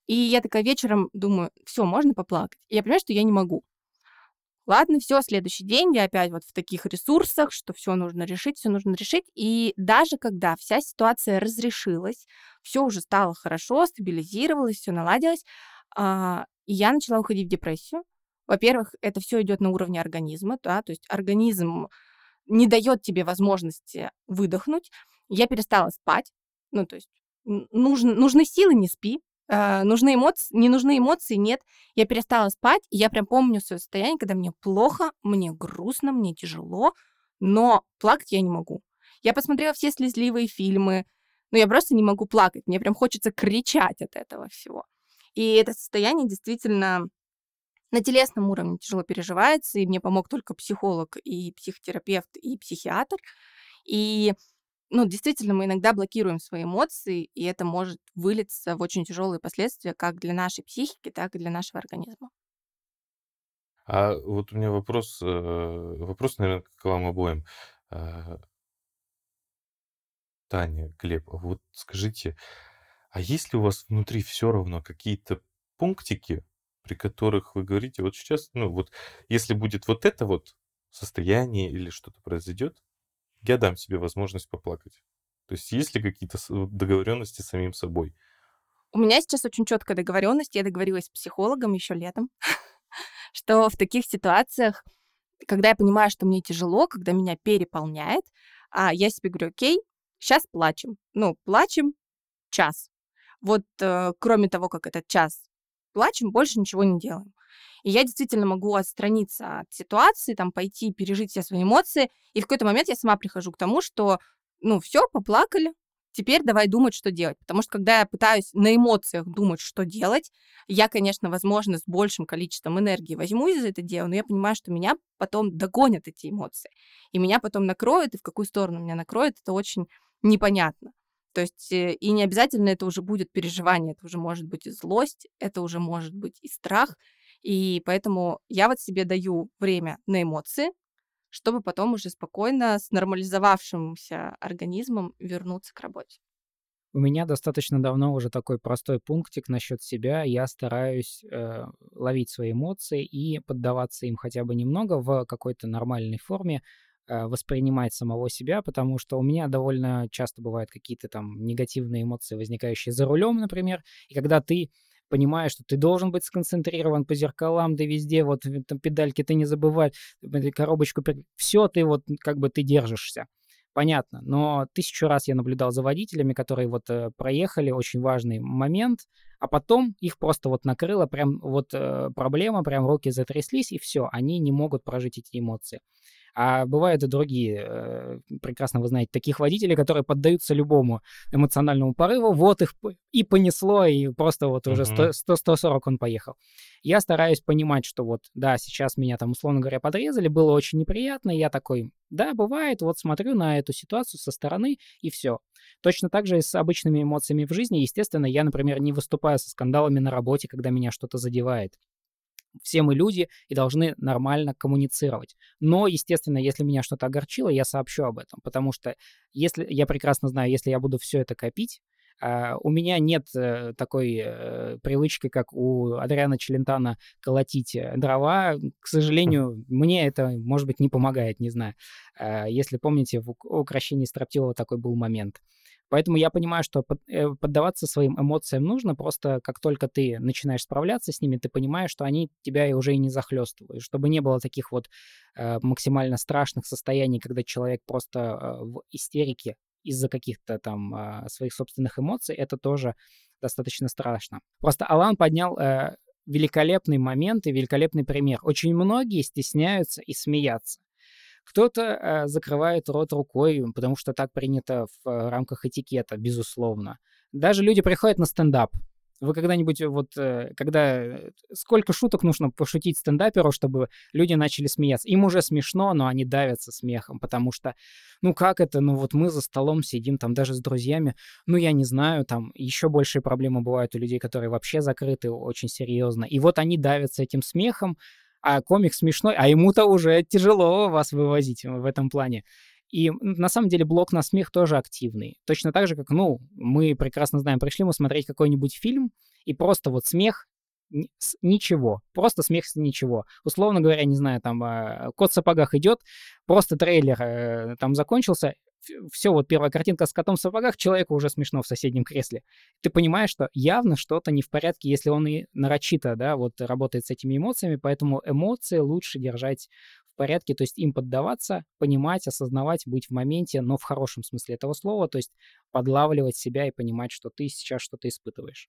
И я такая вечером думаю, все, можно поплакать. И я понимаю, что я не могу. Ладно, все, следующий день я опять вот в таких ресурсах, что все нужно решить, все нужно решить. И даже когда вся ситуация разрешилась, все уже стало хорошо, стабилизировалось, все наладилось, а, я начала уходить в депрессию. Во-первых, это все идет на уровне организма, да, то есть организм не дает тебе возможности выдохнуть. Я перестала спать, ну, то есть н- нужен, нужны силы, не спи, а, нужны эмоции, не нужны эмоции, нет. Я перестала спать, и я прям помню свое состояние, когда мне плохо, мне грустно, мне тяжело, но плакать я не могу. Я посмотрела все слезливые фильмы, но я просто не могу плакать. Мне прям хочется кричать от этого всего. И это состояние действительно на телесном уровне тяжело переживается, и мне помог только психолог, и психотерапевт, и психиатр. И, ну, действительно, мы иногда блокируем свои эмоции, и это может вылиться в очень тяжелые последствия как для нашей психики, так и для нашего организма. А вот у меня вопрос, э, вопрос, наверное, к вам обоим. А, Таня, Глеб, а вот скажите, а есть ли у вас внутри все равно какие-то пунктики, при которых вы говорите, вот сейчас, ну вот, если будет вот это вот состояние или что-то произойдет, я дам себе возможность поплакать. То есть есть ли какие-то с- вот договоренности с самим собой? У меня сейчас очень четкая договоренность. Я договорилась с психологом еще летом, что в таких ситуациях, когда я понимаю, что мне тяжело, когда меня переполняет, а, я себе говорю, окей, сейчас плачем. Ну, плачем час. Вот, э, кроме того, как этот час плачем, больше ничего не делаем. И я действительно могу отстраниться от ситуации, там, пойти пережить все свои эмоции. И в какой-то момент я сама прихожу к тому, что, ну, все, поплакали, теперь давай думать, что делать. Потому что когда я пытаюсь на эмоциях думать, что делать, я, конечно, возможно, с большим количеством энергии возьмусь за это дело, но я понимаю, что меня потом догонят эти эмоции. И меня потом накроет, и в какую сторону меня накроет, это очень непонятно. То есть, э, и не обязательно это уже будет переживание, это уже может быть и злость, это уже может быть и страх. И поэтому я вот себе даю время на эмоции, чтобы потом уже спокойно с нормализовавшимся организмом вернуться к работе. У меня достаточно давно уже такой простой пунктик насчет себя. Я стараюсь э, ловить свои эмоции и поддаваться им хотя бы немного в какой-то нормальной форме, э, воспринимать самого себя, потому что у меня довольно часто бывают какие-то там негативные эмоции, возникающие за рулем, например, и когда ты понимаешь, что ты должен быть сконцентрирован по зеркалам, да везде, вот э, там педальки ты не забывай, э, коробочку, все, ты вот как бы ты держишься. Понятно, но тысячу раз я наблюдал за водителями, которые вот э, проехали очень важный момент, а потом их просто вот накрыло, прям вот э, проблема, прям руки затряслись, и все, они не могут прожить эти эмоции. А бывают и другие, э, прекрасно вы знаете, таких водителей, которые поддаются любому эмоциональному порыву, вот их п- и понесло, и просто вот уже Мгм. сто сто сорок он поехал. Я стараюсь понимать, что вот, да, сейчас меня там, условно говоря, подрезали, было очень неприятно, и я такой, да, бывает, вот смотрю на эту ситуацию со стороны, и все. Точно так же и с обычными эмоциями в жизни. Естественно, я, например, не выступаю со скандалами на работе, когда меня что-то задевает. Все мы люди и должны нормально коммуницировать. Но, естественно, если меня что-то огорчило, я сообщу об этом, потому что если я прекрасно знаю, если я буду все это копить, а, у меня нет э, такой э, привычки, как у Адриана Челентано, колотить э, дрова. К сожалению, мне это, может быть, не помогает, не знаю. А, Если помните, в «Ук- «Укрощении строптивого» такой был момент. Поэтому я понимаю, что под- э, поддаваться своим эмоциям нужно, просто как только ты начинаешь справляться с ними, ты понимаешь, что они тебя и уже и не захлестывают. Чтобы не было таких вот э, максимально страшных состояний, когда человек просто э, в истерике из-за каких-то там а, своих собственных эмоций, это тоже достаточно страшно. Просто Алан поднял э, великолепный момент и великолепный пример. Очень многие стесняются и смеяться. Кто-то э, закрывает рот рукой, потому что так принято в э, рамках этикета, безусловно. Даже люди приходят на стендап. Вы когда-нибудь э, вот, э, когда... э, Сколько шуток нужно пошутить стендаперу, чтобы люди начали смеяться? Им уже смешно, но они давятся смехом, потому что, ну как это, ну вот мы за столом сидим, там даже с друзьями, ну я не знаю, там еще большие проблемы бывают у людей, которые вообще закрыты очень серьезно. И вот они давятся этим смехом, а комик смешной, а ему-то уже тяжело вас вывозить в этом плане. И м, на самом деле блок на смех тоже активный. Точно так же, как, ну, мы прекрасно знаем, пришли мы смотреть какой-нибудь фильм, и просто вот смех ни- с ничего. Просто смех с ничего. Условно говоря, не знаю, там э, «Кот в сапогах» идет, просто трейлер э, там закончился, все, вот первая картинка с котом в сапогах, человеку уже смешно в соседнем кресле. Ты понимаешь, что явно что-то не в порядке, если он и нарочито, да, вот работает с этими эмоциями, поэтому эмоции лучше держать в порядке, то есть им поддаваться, понимать, осознавать, быть в моменте, но в хорошем смысле этого слова, то есть подлавливать себя и понимать, что ты сейчас что-то испытываешь.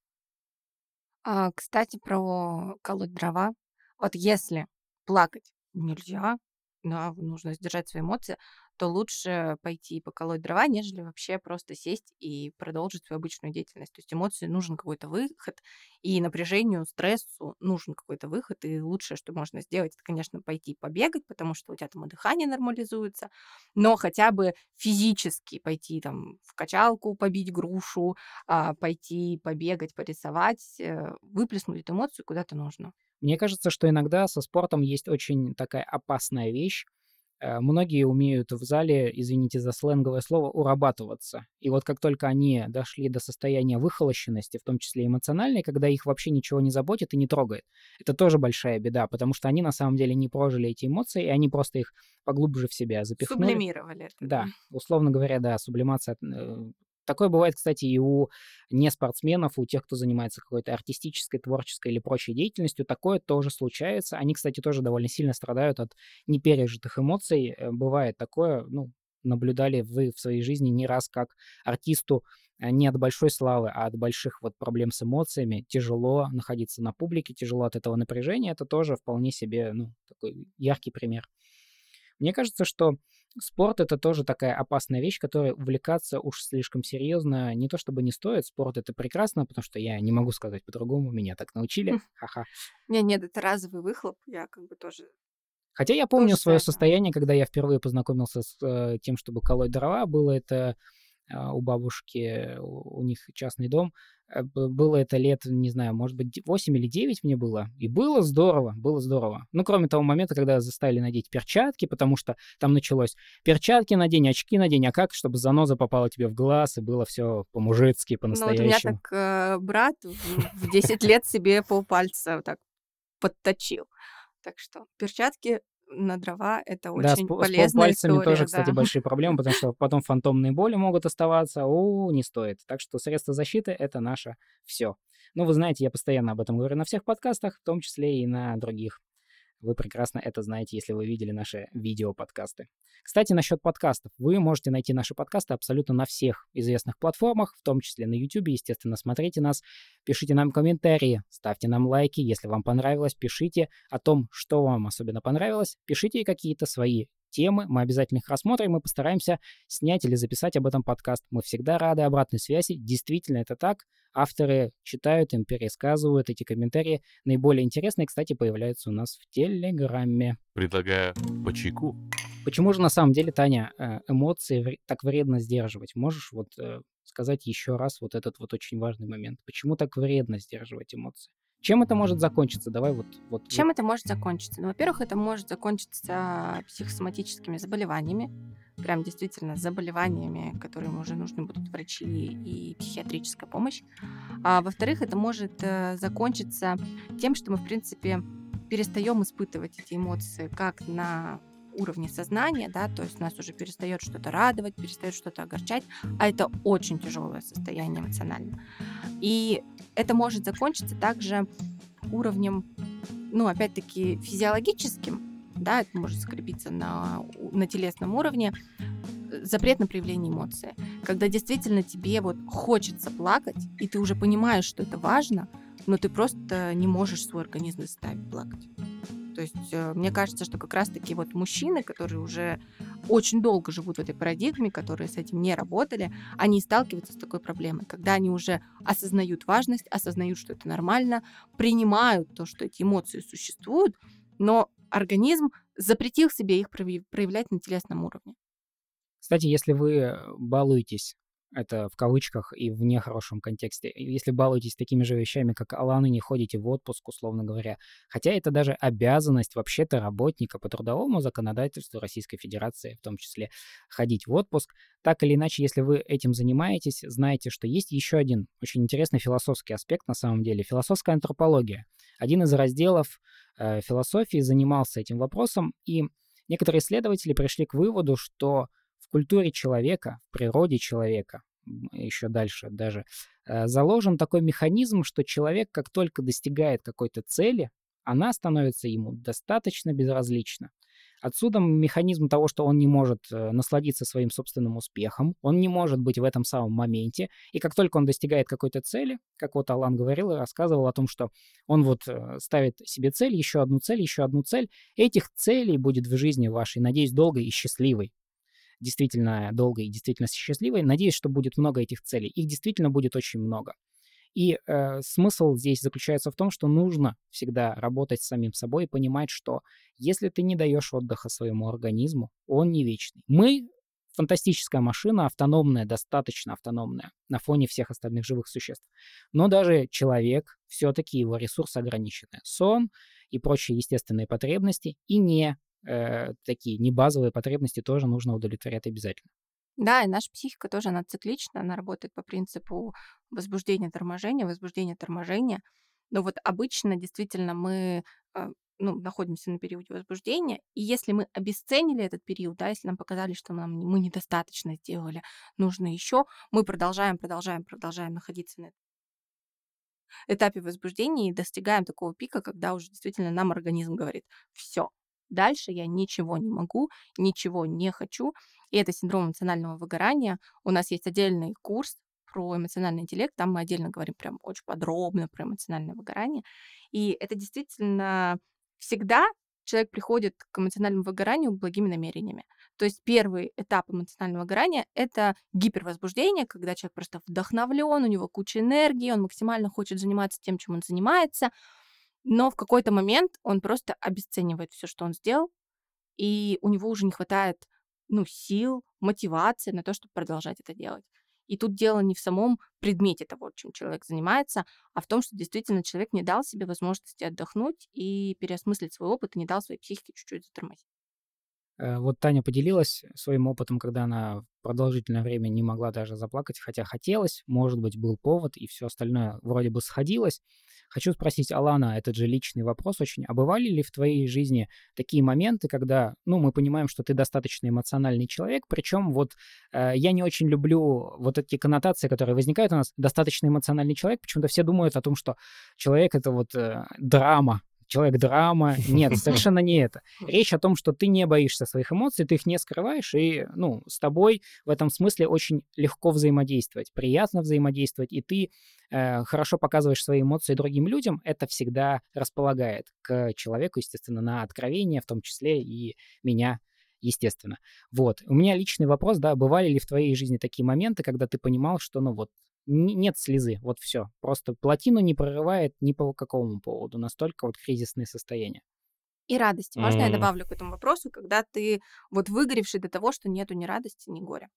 А, кстати, про колоть дрова. Вот если плакать нельзя, да, нужно сдержать свои эмоции, то лучше пойти поколоть дрова, нежели вообще просто сесть и продолжить свою обычную деятельность. То есть эмоции нужен какой-то выход, и напряжению, стрессу нужен какой-то выход. И лучшее, что можно сделать, это, конечно, пойти побегать, потому что у тебя там и дыхание нормализуется, но хотя бы физически пойти там в качалку, побить грушу, а, пойти побегать, порисовать, э, выплеснуть эту эмоцию куда-то нужно. Мне кажется, что иногда со спортом есть очень такая опасная вещь. Э, Многие умеют в зале, извините за сленговое слово, урабатываться. И вот как только они дошли до состояния выхолощенности, в том числе эмоциональной, когда их вообще ничего не заботит и не трогает, это тоже большая беда, потому что они на самом деле не прожили эти эмоции, и они просто их поглубже в себя запихнули. Сублимировали это, да. Да, условно говоря, да, сублимация. э, Такое бывает, кстати, и у неспортсменов, у тех, кто занимается какой-то артистической, творческой или прочей деятельностью. Такое тоже случается. Они, кстати, тоже довольно сильно страдают от непережитых эмоций. Э, Бывает такое, ну, наблюдали вы в своей жизни не раз, как артисту э, не от большой славы, а от больших вот проблем с эмоциями тяжело находиться на публике, тяжело от этого напряжения. Это тоже вполне себе, ну, такой яркий пример. Мне кажется, что спорт — это тоже такая опасная вещь, которой увлекаться уж слишком серьезно не то чтобы не стоит. Спорт — это прекрасно, потому что я не могу сказать по-другому, меня так научили. Ха-ха. Не, нет, это разовый выхлоп. Я как бы тоже Хотя я тоже помню за свое это. состояние, когда я впервые познакомился с э, тем, чтобы колоть дрова. Было это а, у бабушки, у у них частный дом. Э, б- Было это лет, не знаю, может быть, восемь или девять мне было. И было здорово, было здорово. Ну, кроме того момента, когда заставили надеть перчатки, потому что там началось перчатки надень, очки надень, а как, чтобы заноза попала тебе в глаз, и было все по-мужицки, Ну вот у меня по-настоящему. так э, брат в в десять лет себе полпальца вот так подточил. Так что перчатки на дрова — это Да, с, очень п- с полезная полпальцами тоже, история, кстати, да. большие проблемы, потому что потом фантомные боли могут оставаться. О, не стоит. Так что средства защиты — это наше все. Ну, вы знаете, я постоянно об этом говорю на всех подкастах, в том числе и на других. Вы прекрасно это знаете, если вы видели наши видео-подкасты. Кстати, насчет подкастов. Вы можете найти наши подкасты абсолютно на всех известных платформах, в том числе на YouTube. Естественно, смотрите нас, пишите нам комментарии, ставьте нам лайки. Если вам понравилось, пишите о том, что вам особенно понравилось. Пишите какие-то свои темы, мы обязательно их рассмотрим и постараемся снять или записать об этом подкаст. Мы всегда рады обратной связи. Действительно, это так. Авторы читают, им пересказывают эти комментарии. Наиболее интересные, кстати, появляются у нас в Телеграме. Предлагаю по чайку. Почему же на самом деле, Таня, э, эмоции вре- так вредно сдерживать? Можешь вот э, сказать еще раз вот этот вот очень важный момент? Почему так вредно сдерживать эмоции? Чем это может закончиться? Давай вот, вот, вот. Чем это может закончиться? Ну, во-первых, это может закончиться психосоматическими заболеваниями, прям действительно заболеваниями, которым уже нужны будут врачи и психиатрическая помощь. А во-вторых, это может э, закончиться тем, что мы, в принципе, перестаем испытывать эти эмоции как на уровне сознания, да, то есть нас уже перестает что-то радовать, перестает что-то огорчать, а это очень тяжелое состояние эмоционально. И это может закончиться также уровнем, ну, опять-таки, физиологическим, да, это может скрепиться на, у- на телесном уровне, э, запрет на проявление эмоций. Когда действительно тебе вот хочется плакать, и ты уже понимаешь, что это важно, но ты просто не можешь свой организм заставить плакать. То есть э, мне кажется, что как раз-таки вот мужчины, которые уже очень долго живут в этой парадигме, которые с этим не работали, они сталкиваются с такой проблемой, когда они уже осознают важность, осознают, что это нормально, принимают то, что эти эмоции существуют, но организм запретил себе их прояв- проявлять на телесном уровне. Кстати, если вы э, балуетесь Это в кавычках и в нехорошем контексте. И Если балуетесь такими же вещами, как Алан, и не ходите в отпуск, условно говоря, хотя это даже обязанность вообще-то работника по трудовому законодательству Российской Федерации, в том числе ходить в отпуск, так или иначе, если вы этим занимаетесь, знаете, что есть еще один очень интересный философский аспект на самом деле — философская антропология. Один из разделов э, философии занимался этим вопросом, и некоторые исследователи пришли к выводу, что в культуре человека, в природе человека, м, еще дальше даже, э, заложен такой механизм, что человек, как только достигает какой-то цели, она становится ему достаточно безразлична. Отсюда механизм того, что он не может э, насладиться своим собственным успехом, он не может быть в этом самом моменте, и как только он достигает какой-то цели, как вот Алан говорил и рассказывал о том, что он вот э, ставит себе цель, еще одну цель, еще одну цель, этих целей будет в жизни вашей, надеюсь, долгой и счастливой, действительно долгой и действительно счастливой. Надеюсь, что будет много этих целей. Их действительно будет очень много. И э, смысл здесь заключается в том, что нужно всегда работать с самим собой и понимать, что если ты не даешь отдыха своему организму, он не вечный. Мы фантастическая машина, автономная, достаточно автономная на фоне всех остальных живых существ. Но даже человек, все-таки его ресурсы ограничены. Сон и прочие естественные потребности, и не э, такие, не базовые потребности тоже нужно удовлетворять обязательно. Да, и наша психика тоже, она циклична, она работает по принципу возбуждения, торможения, возбуждения, торможения. Но вот обычно действительно мы э, ну, находимся на периоде возбуждения, и если мы обесценили этот период, да, если нам показали, что нам, не- мы недостаточно сделали, нужно еще, мы продолжаем, продолжаем, продолжаем находиться на этапе возбуждения и достигаем такого пика, когда уже действительно нам организм говорит: все, дальше я ничего не могу, ничего не хочу. И это синдром эмоционального выгорания. У нас есть отдельный курс про эмоциональный интеллект, там мы отдельно говорим прям очень подробно про эмоциональное выгорание. И это действительно всегда человек приходит к эмоциональному выгоранию благими намерениями. То есть первый этап эмоционального выгорания — это гипервозбуждение, когда человек просто вдохновлен, у него куча энергии, он максимально хочет заниматься тем, чем он занимается, но в какой-то момент он просто обесценивает все, что он сделал, и у него уже не хватает, ну, сил, мотивации на то, чтобы продолжать это делать. И тут дело не в самом предмете того, чем человек занимается, а в том, что действительно человек не дал себе возможности отдохнуть и переосмыслить свой опыт, и не дал своей психике чуть-чуть затормозить. Э, Вот Таня поделилась своим опытом, когда она продолжительное время не могла даже заплакать, хотя хотелось, может быть, был повод, и все остальное вроде бы сходилось. Хочу спросить Алана, этот же личный вопрос очень, а бывали ли в твоей жизни такие моменты, когда, ну, мы понимаем, что ты достаточно эмоциональный человек, причем вот э, я не очень люблю вот эти коннотации, которые возникают у нас, достаточно эмоциональный человек, почему-то все думают о том, что человек — это вот э, драма, человек-драма. Нет, совершенно не это. Речь о том, что ты не боишься своих эмоций, ты их не скрываешь, и, ну, с тобой в этом смысле очень легко взаимодействовать, приятно взаимодействовать, и ты э, хорошо показываешь свои эмоции другим людям, это всегда располагает к человеку, естественно, на откровение, в том числе и меня, естественно. Вот. У меня личный вопрос, да, бывали ли в твоей жизни такие моменты, когда ты понимал, что, ну, вот, н- нет слезы, вот все. Просто плотину не прорывает ни по какому поводу. Настолько вот кризисные состояния. И радости. Можно я М, добавлю к этому вопросу, когда ты вот выгоревший до того, что нету ни радости, ни горя?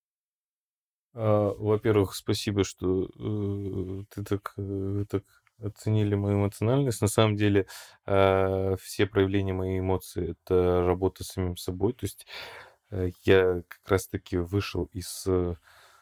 а, Во-первых, спасибо, что э, ты так, э, так оценили мою эмоциональность. На самом деле, а, все проявления моей эмоции — это работа с самим собой. То есть э, я как раз-таки вышел из, э,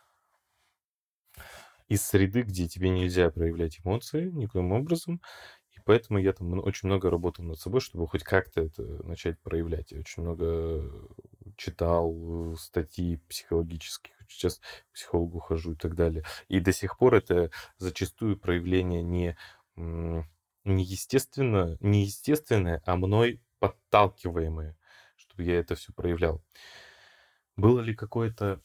из среды, где тебе нельзя проявлять эмоции никоим образом. И поэтому я там мно- очень много работал над собой, чтобы хоть как-то это начать проявлять. Я очень много э, читал э, статей психологических, сейчас к психологу хожу и так далее. И до сих пор это зачастую проявление не, м, не, естественно, не естественное, а мной подталкиваемое, чтобы я это все проявлял. Было ли какое-то...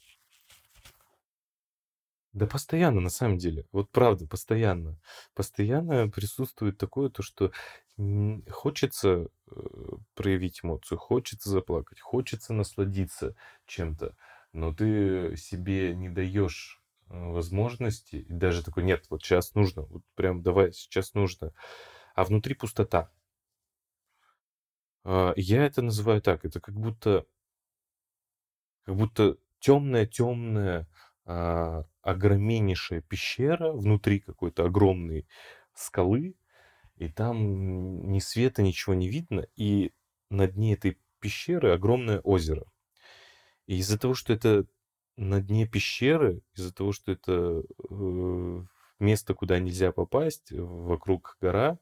Да постоянно, на самом деле. Вот правда, постоянно. Постоянно присутствует такое, то, что м, хочется э, проявить эмоцию, хочется заплакать, хочется насладиться чем-то, но ты себе не даешь э, возможности, и даже такой, нет, вот сейчас нужно, вот прям давай, сейчас нужно. А внутри пустота. А, Я это называю так, это как будто, как будто темная-темная а, огромнейшая пещера внутри какой-то огромной скалы, и там ни света, ничего не видно, и на дне этой пещеры огромное озеро. И из-за того, что это на дне пещеры, из-за того, что это э, место, куда нельзя попасть, вокруг гора,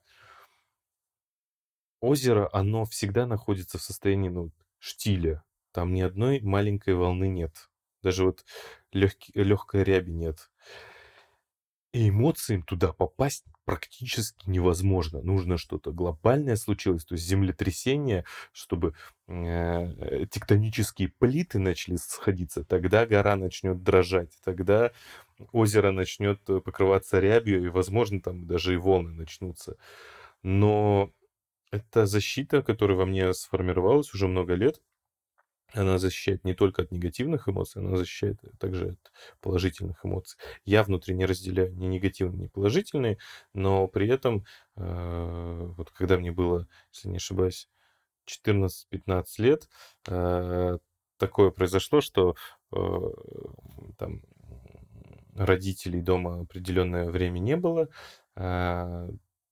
озеро, оно всегда находится в состоянии, ну, штиля. Там ни одной маленькой волны нет. Даже вот легкий, легкой ряби нет. И эмоциям туда попасть практически невозможно. Нужно что-то глобальное случилось, то есть землетрясение, чтобы э, тектонические плиты начали сходиться. Тогда гора начнет дрожать, тогда озеро начнет э, покрываться рябью, и, возможно, там даже и волны начнутся. Но это защита, которая во мне сформировалась уже много лет. Она защищает не только от негативных эмоций, она защищает также от положительных эмоций. Я внутри не разделяю ни негативные, ни положительные, но при этом, э, вот когда мне было, если не ошибаюсь, четырнадцать-пятнадцать лет, э, такое произошло, что э, там родителей дома определенное время не было. э,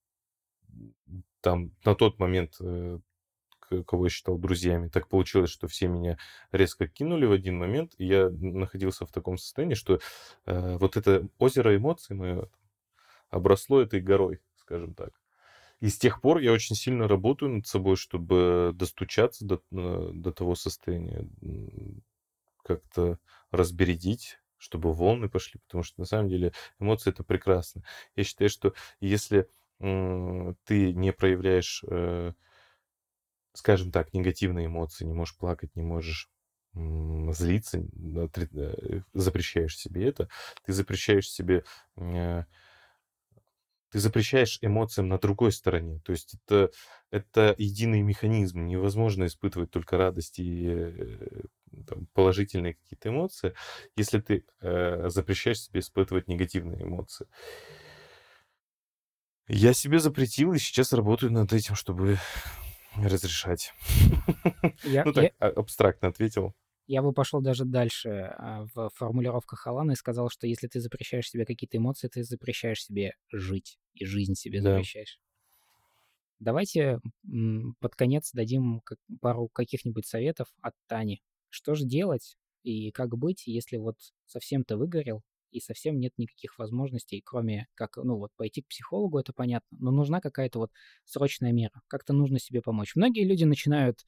Там на тот момент э, к- кого я считал друзьями. Так получилось, что все меня резко кинули в один момент, и я находился в таком состоянии, что э, вот это озеро эмоций мое обросло этой горой, скажем так. И с тех пор я очень сильно работаю над собой, чтобы достучаться до, э, до того состояния, м, как-то разбередить, чтобы волны пошли, потому что на самом деле эмоции это прекрасно. Я считаю, что если м, ты не проявляешь э, скажем так, негативные эмоции, не можешь плакать, не можешь м, злиться, м, отри- э, запрещаешь себе это, ты запрещаешь себе, э, ты запрещаешь эмоциям на другой стороне. То есть это, это единый механизм. Невозможно испытывать только радость и э, там, положительные какие-то эмоции, если ты э, запрещаешь себе испытывать негативные эмоции. Я себе запретил и сейчас работаю над этим, чтобы разрешать. Я, Ну я, так, а- абстрактно ответил. я бы пошел даже дальше а, в формулировках Алана и сказал, что если ты запрещаешь себе какие-то эмоции, ты запрещаешь себе жить, и жизнь себе Да. запрещаешь. Давайте м, под конец дадим как- пару каких-нибудь советов от Тани. Что же делать и как быть, если вот совсем ты выгорел и совсем нет никаких возможностей, кроме как, ну вот, пойти к психологу, это понятно, но нужна какая-то вот срочная мера. Как-то нужно себе помочь. Многие люди начинают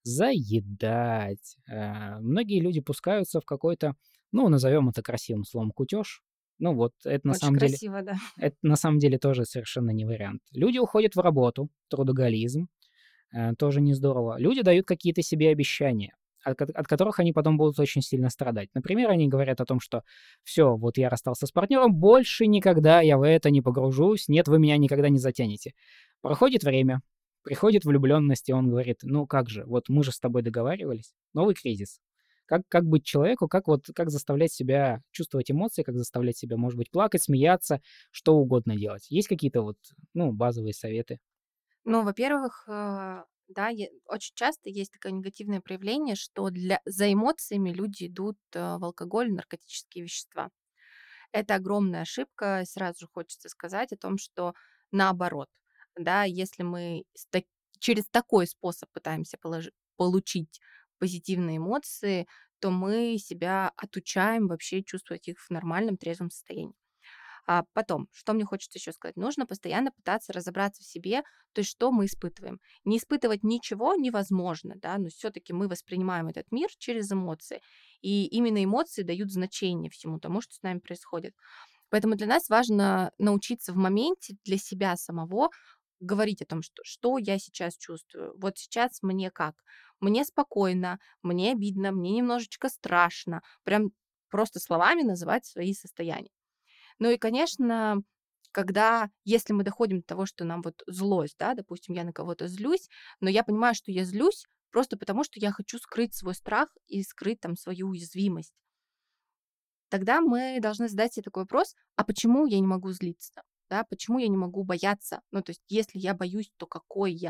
заедать, э, многие люди пускаются в какой-то, ну, назовем это красивым словом, кутеж. Ну вот, это на Очень самом деле красиво, да. это на самом деле тоже совершенно не вариант. Люди уходят в работу, трудоголизм, э, тоже не здорово. Люди дают какие-то себе обещания, от, ко- от которых они потом будут очень сильно страдать. Например, они говорят о том, что все, вот я расстался с партнером, больше никогда я в это не погружусь, нет, вы меня никогда не затянете. Проходит время, приходит влюбленность, и он говорит, ну как же, вот мы же с тобой договаривались, новый кризис. Как, как быть человеку, как вот, как заставлять себя чувствовать эмоции, как заставлять себя, может быть, плакать, смеяться, что угодно делать. Есть какие-то вот, ну, базовые советы? Ну, во-первых, э, да, е очень часто есть такое негативное проявление, что для за эмоциями люди идут, э, в алкоголь, наркотические вещества. Это огромная ошибка. Сразу же хочется сказать о том, что наоборот, да, если мы с так через такой способ пытаемся положи получить позитивные эмоции, то мы себя отучаем вообще чувствовать их в нормальном трезвом состоянии. А потом, что мне хочется еще сказать? Нужно постоянно пытаться разобраться в себе, то есть что мы испытываем. Не испытывать ничего невозможно, да, но все-таки мы воспринимаем этот мир через эмоции, и именно эмоции дают значение всему тому, что с нами происходит. Поэтому для нас важно научиться в моменте для себя самого говорить о том, что, что я сейчас чувствую. Вот сейчас мне как? Мне спокойно, мне обидно, мне немножечко страшно. Прям просто словами называть свои состояния. Ну и, конечно, когда, если мы доходим до того, что нам вот злость, да, допустим, я на кого-то злюсь, но я понимаю, что я злюсь просто потому, что я хочу скрыть свой страх и скрыть там свою уязвимость. Тогда мы должны задать себе такой вопрос: а почему я не могу злиться? Да, почему я не могу бояться? Ну, то есть, если я боюсь, то какой я?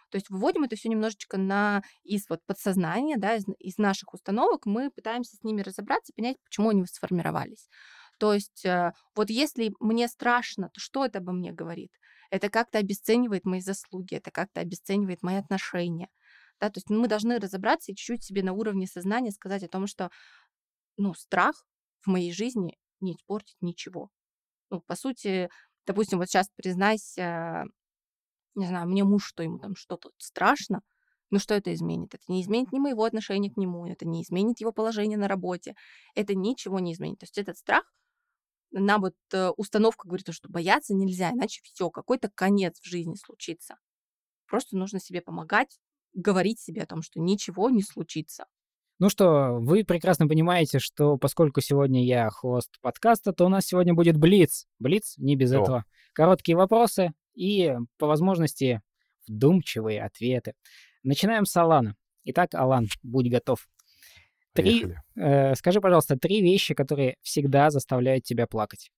То есть выводим это все немножечко на из вот подсознания, да, из из наших установок. Мы пытаемся с ними разобраться, понять, почему они сформировались. То есть, э, вот если мне страшно, то что это обо мне говорит? Это как-то обесценивает мои заслуги, это как-то обесценивает мои отношения. Да, то есть мы должны разобраться и чуть-чуть себе на уровне сознания сказать о том, что, ну, страх в моей жизни не испортит ничего. Ну, по сути, допустим, вот сейчас признайся, не знаю, мне муж, что ему там что-то страшно, ну что это изменит? Это не изменит ни моего отношения к нему, это не изменит его положение на работе, это ничего не изменит. То есть этот страх, нам вот э, установка говорит, то, что бояться нельзя, иначе все, какой-то конец в жизни случится. Просто нужно себе помогать, говорить себе о том, что ничего не случится. Ну что, вы прекрасно понимаете, что поскольку сегодня я хост подкаста, то у нас сегодня будет блиц. Блиц, не без О, этого. Короткие вопросы и, по возможности, вдумчивые ответы. Начинаем с Алана. Итак, Алан, будь готов. Три, поехали. э, скажи, пожалуйста, три вещи, которые всегда заставляют тебя плакать.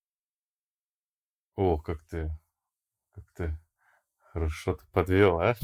О, как ты, как ты хорошо ты подвел, а?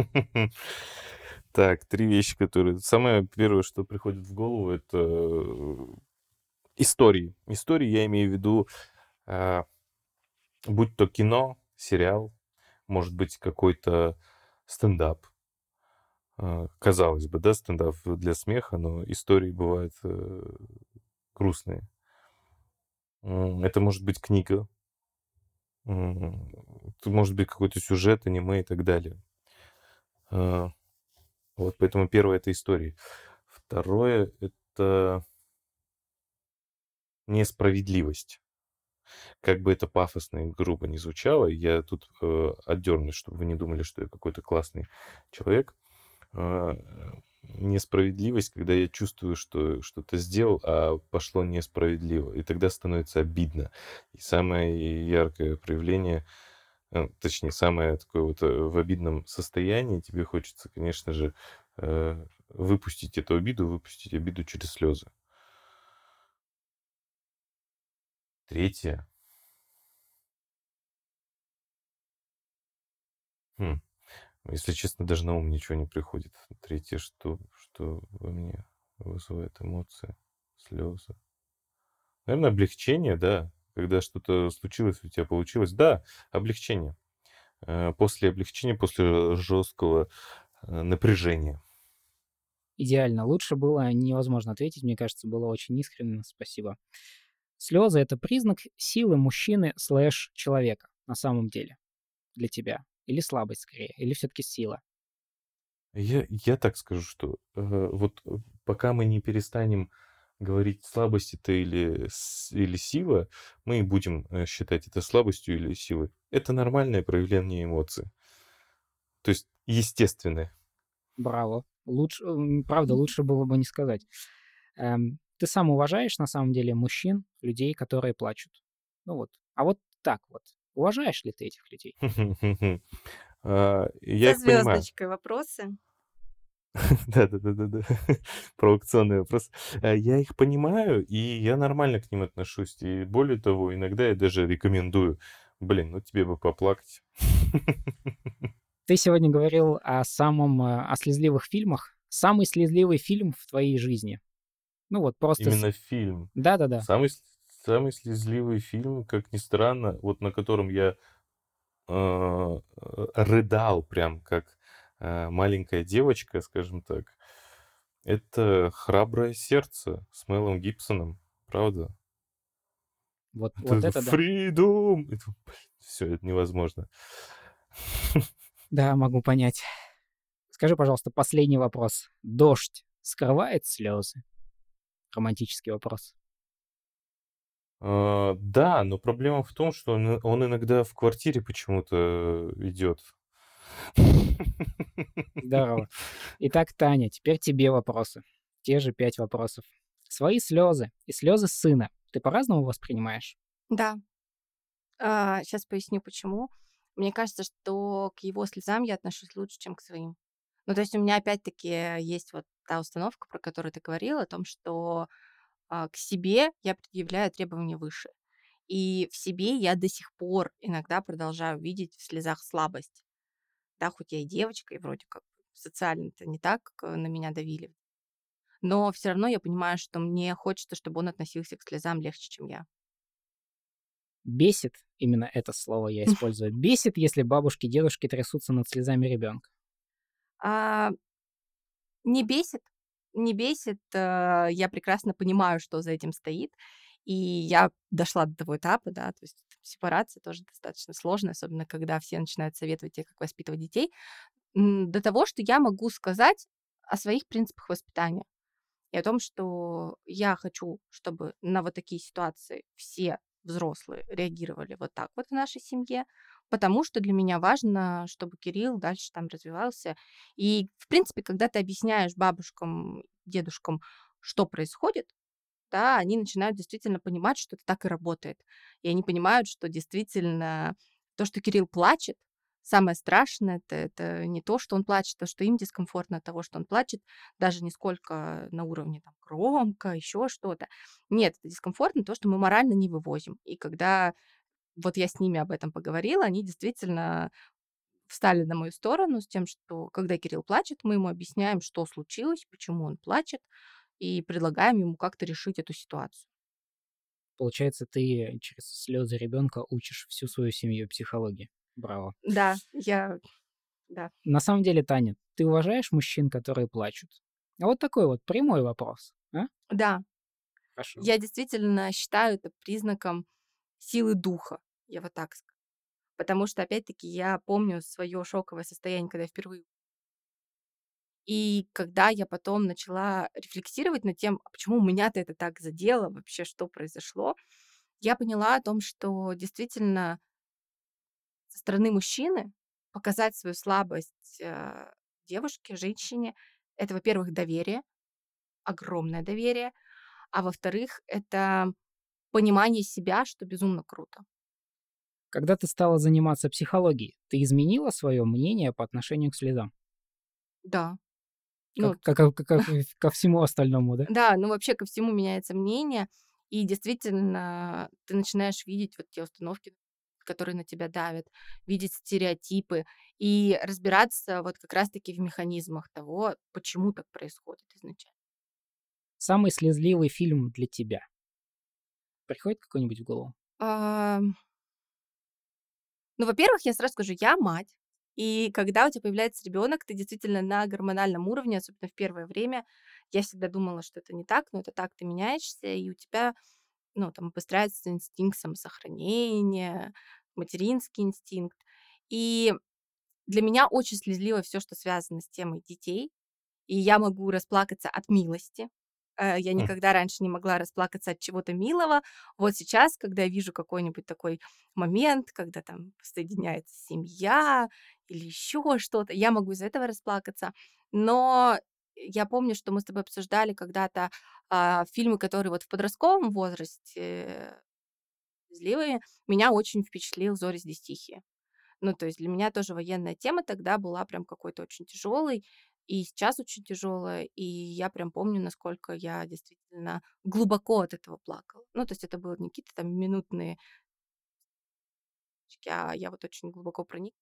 Так, три вещи, которые... Самое первое, что приходит в голову, это э, истории. Истории я имею в виду, а, будь то кино, сериал, может быть, какой-то стендап. А, Казалось бы, да, стендап для смеха, но истории бывают э, грустные. М, Это может быть книга, м, это может быть какой-то сюжет, аниме и так далее. А, Вот поэтому первое — это истории. Второе — это несправедливость. Как бы это пафосно и грубо не звучало, я тут э, отдернусь, чтобы вы не думали, что я какой-то классный человек. А, Несправедливость, когда я чувствую, что что-то сделал, а пошло несправедливо. И тогда становится обидно. И самое яркое проявление, э, точнее, самое такое вот э, в обидном состоянии, тебе хочется, конечно же, э, выпустить эту обиду, выпустить обиду через слезы. Третье. Хм, Если честно, даже на ум ничего не приходит. Третье, что, что во мне вызывает эмоции, слезы. Наверное, облегчение, да. Когда что-то случилось, у тебя получилось. Да, облегчение. Э, После облегчения, после жесткого э, напряжения. Идеально. Лучше было невозможно ответить. Мне кажется, было очень искренне. Спасибо. Слезы — это признак силы мужчины слэш человека на самом деле для тебя. Или слабость скорее, или все-таки сила. Я, я так скажу, что э, вот э, пока мы не перестанем говорить слабость это или, с- или сила, мы и будем э, считать это слабостью или силой. Это нормальное проявление эмоций. То есть естественное. Браво. Лучше, м, правда, лучше было бы не сказать. Эм, ты сам уважаешь на самом деле мужчин, людей, которые плачут? Ну вот. А вот так вот. Уважаешь ли ты этих людей? А, Я Со их понимаю. звездочкой вопросы. Да-да-да-да-да. Провокационный вопрос. Э, Я их понимаю, и я нормально к ним отношусь. И более того, иногда я даже рекомендую. Блин, ну тебе бы поплакать. Ты сегодня говорил о самом, э, о слезливых фильмах. Самый слезливый фильм в твоей жизни. Ну вот просто... с- Именно фильм. Да-да-да. Самый, с- самый слезливый фильм, как ни странно, вот на котором я э, рыдал прям как э, маленькая девочка, скажем так, это «Храброе сердце» с Мелом Гибсоном. Правда? Вот, Это вот это да. freedom! Все, это невозможно. Да, могу понять. Скажи, пожалуйста, последний вопрос. Дождь скрывает слезы? Романтический вопрос. А, Да, но проблема в том, что он, он иногда в квартире почему-то идет. Здорово. Итак, Таня, теперь тебе вопросы. Те же пять вопросов. Свои слезы и слезы сына ты по-разному воспринимаешь? Да, сейчас поясню, почему. Мне кажется, что к его слезам я отношусь лучше, чем к своим. Ну, то есть у меня опять-таки есть вот та установка, про которую ты говорила, о том, что а, к себе я предъявляю требования выше. И в себе я до сих пор иногда продолжаю видеть в слезах слабость. да, хоть я и девочка, и вроде как социально-то не так э, на меня давили, но все равно я понимаю, что мне хочется, чтобы он относился к слезам легче, чем я. Бесит, именно это слово я использую, бесит, если бабушки, дедушки трясутся над слезами ребенка. А, не бесит, не бесит. э, Я прекрасно понимаю, что за этим стоит. И я дошла до того этапа, да, то есть сепарация тоже достаточно сложная, особенно когда все начинают советовать тебе, как воспитывать детей, м, до того, что я могу сказать о своих принципах воспитания и о том, что я хочу, чтобы на вот такие ситуации все взрослые реагировали вот так вот в нашей семье, потому что для меня важно, чтобы Кирилл дальше там развивался. И, в принципе, когда ты объясняешь бабушкам, дедушкам, что происходит, да, они начинают действительно понимать, что это так и работает. И они понимают, что действительно то, что Кирилл плачет, самое страшное это, это не то, что он плачет, а что им дискомфортно от того, что он плачет, даже не сколько на уровне там громко, еще что-то. Нет, это дискомфортно то, что мы морально не вывозим. И когда вот я с ними об этом поговорила, они действительно встали на мою сторону с тем, что когда Кирилл плачет, мы ему объясняем, что случилось, почему он плачет, и предлагаем ему как-то решить эту ситуацию. Получается, ты через слезы ребенка учишь всю свою семью психологии. Браво. Да, я, да. На самом деле, Таня, ты уважаешь мужчин, которые плачут? А вот такой вот прямой вопрос. А? Да, Хорошо. я действительно считаю это признаком силы духа, я вот так скажу. Потому что, опять-таки, я помню свое шоковое состояние, когда я впервые. И когда я потом начала рефлексировать над тем, а почему меня-то это так задело, вообще что произошло, я поняла о том, что действительно со стороны мужчины показать свою слабость э, девушке, женщине, это, во-первых, доверие, огромное доверие, а во-вторых, это понимание себя, что безумно круто. Когда ты стала заниматься психологией, ты изменила свое мнение по отношению к слезам? Да. Ну, Как, как, как- как и ко всему остальному, да? да, ну вообще ко всему меняется мнение, и действительно ты начинаешь видеть вот те установки, которые на тебя давят, видеть стереотипы и разбираться вот как раз-таки в механизмах того, почему так происходит изначально. Самый слезливый фильм для тебя. Приходит какой-нибудь в голову? А, Ну, во-первых, я сразу скажу, я мать. И когда у тебя появляется ребенок, ты действительно на гормональном уровне, особенно в первое время, я всегда думала, что это не так, но это так, ты меняешься, и у тебя, ну, там, обостряется инстинкт самосохранения, материнский инстинкт. И для меня очень слезливо все, что связано с темой детей, и я могу расплакаться от милости. Э, я Хм. никогда раньше не могла расплакаться от чего-то милого. Вот сейчас, когда я вижу какой-нибудь такой момент, когда там соединяется семья или еще что-то, я могу из-за этого расплакаться. Но я помню, что мы с тобой обсуждали когда-то а, фильмы, которые вот в подростковом возрасте слезливые. Меня очень впечатлил «Зори здесь тихие». Ну, то есть для меня тоже военная тема тогда была прям какой-то очень тяжелой, и сейчас очень тяжелая, и я прям помню, насколько я действительно глубоко от этого плакала. Ну, то есть это были не какие-то там минутные, а я вот очень глубоко проник.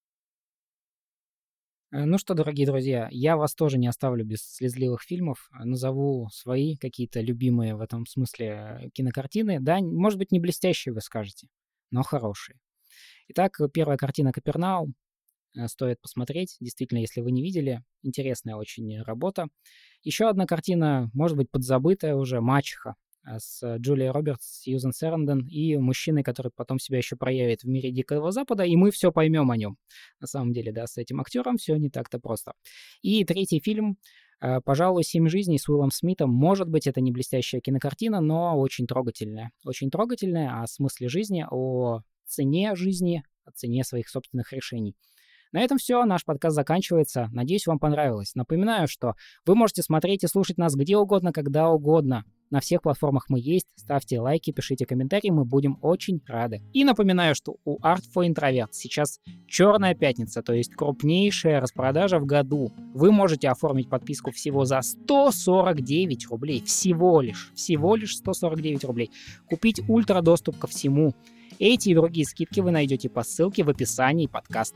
Э, Ну что, дорогие друзья, я вас тоже не оставлю без слезливых фильмов. А, Назову свои какие-то любимые в этом смысле э, кинокартины. Да, н- может быть, не блестящие, вы скажете, но хорошие. Итак, э, первая картина «Капернаум». Э, Стоит посмотреть. Действительно, если вы не видели, интересная очень работа. Еще одна картина, может быть, подзабытая уже, «Мачеха», э, с э, Джулией Робертс, Сьюзен Сэрандон и мужчиной, который потом себя еще проявит в мире Дикого Запада, и мы все поймем о нем. На самом деле, да, с этим актером все не так-то просто. И третий фильм, э, пожалуй, «Семь жизней» с Уиллом Смитом. Может быть, это не блестящая кинокартина, но очень трогательная. Очень трогательная о смысле жизни, о цене жизни, о цене своих собственных решений. На этом все, наш подкаст заканчивается. Надеюсь, вам понравилось. Напоминаю, что вы можете смотреть и слушать нас где угодно, когда угодно. На всех платформах мы есть. Ставьте лайки, пишите комментарии, мы будем очень рады. И напоминаю, что у Art for Introvert сейчас Черная пятница, то есть крупнейшая распродажа в году. Вы можете оформить подписку всего за сто сорок девять рублей. Всего лишь. Всего лишь сто сорок девять рублей. Купить ультра доступ ко всему. Эти и другие скидки вы найдете по ссылке в описании подкаста.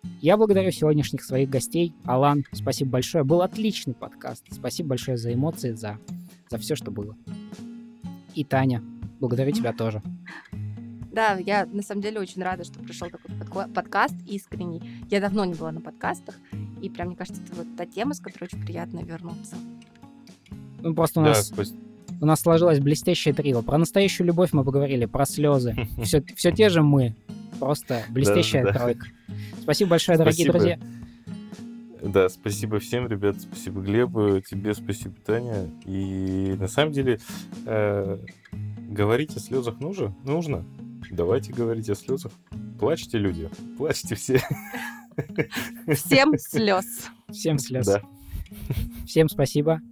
Я благодарю сегодняшних своих гостей. Алан, спасибо большое. Был отличный подкаст. Спасибо большое за эмоции, за, за все, что было. И Таня, благодарю тебя тоже. Да, я на самом деле очень рада, что пришел такой подко- подкаст искренний. Я давно не была на подкастах, и прям, мне кажется, это вот та тема, с которой очень приятно вернуться. Ну, просто у Да, нас, спасибо. у нас сложилось блестящее трио. Про настоящую любовь мы поговорили, про слезы. Все, все те же мы. Просто блестящая Да-да-да. тройка. Спасибо большое, дорогие Спасибо. друзья. Да, спасибо всем, ребят, спасибо Глебу, тебе спасибо, Таня. И на самом деле э, говорить о слезах нужно? Нужно. Давайте говорить о слезах. Плачьте, люди, плачьте все. Всем слез. Всем слез. Да. Всем спасибо.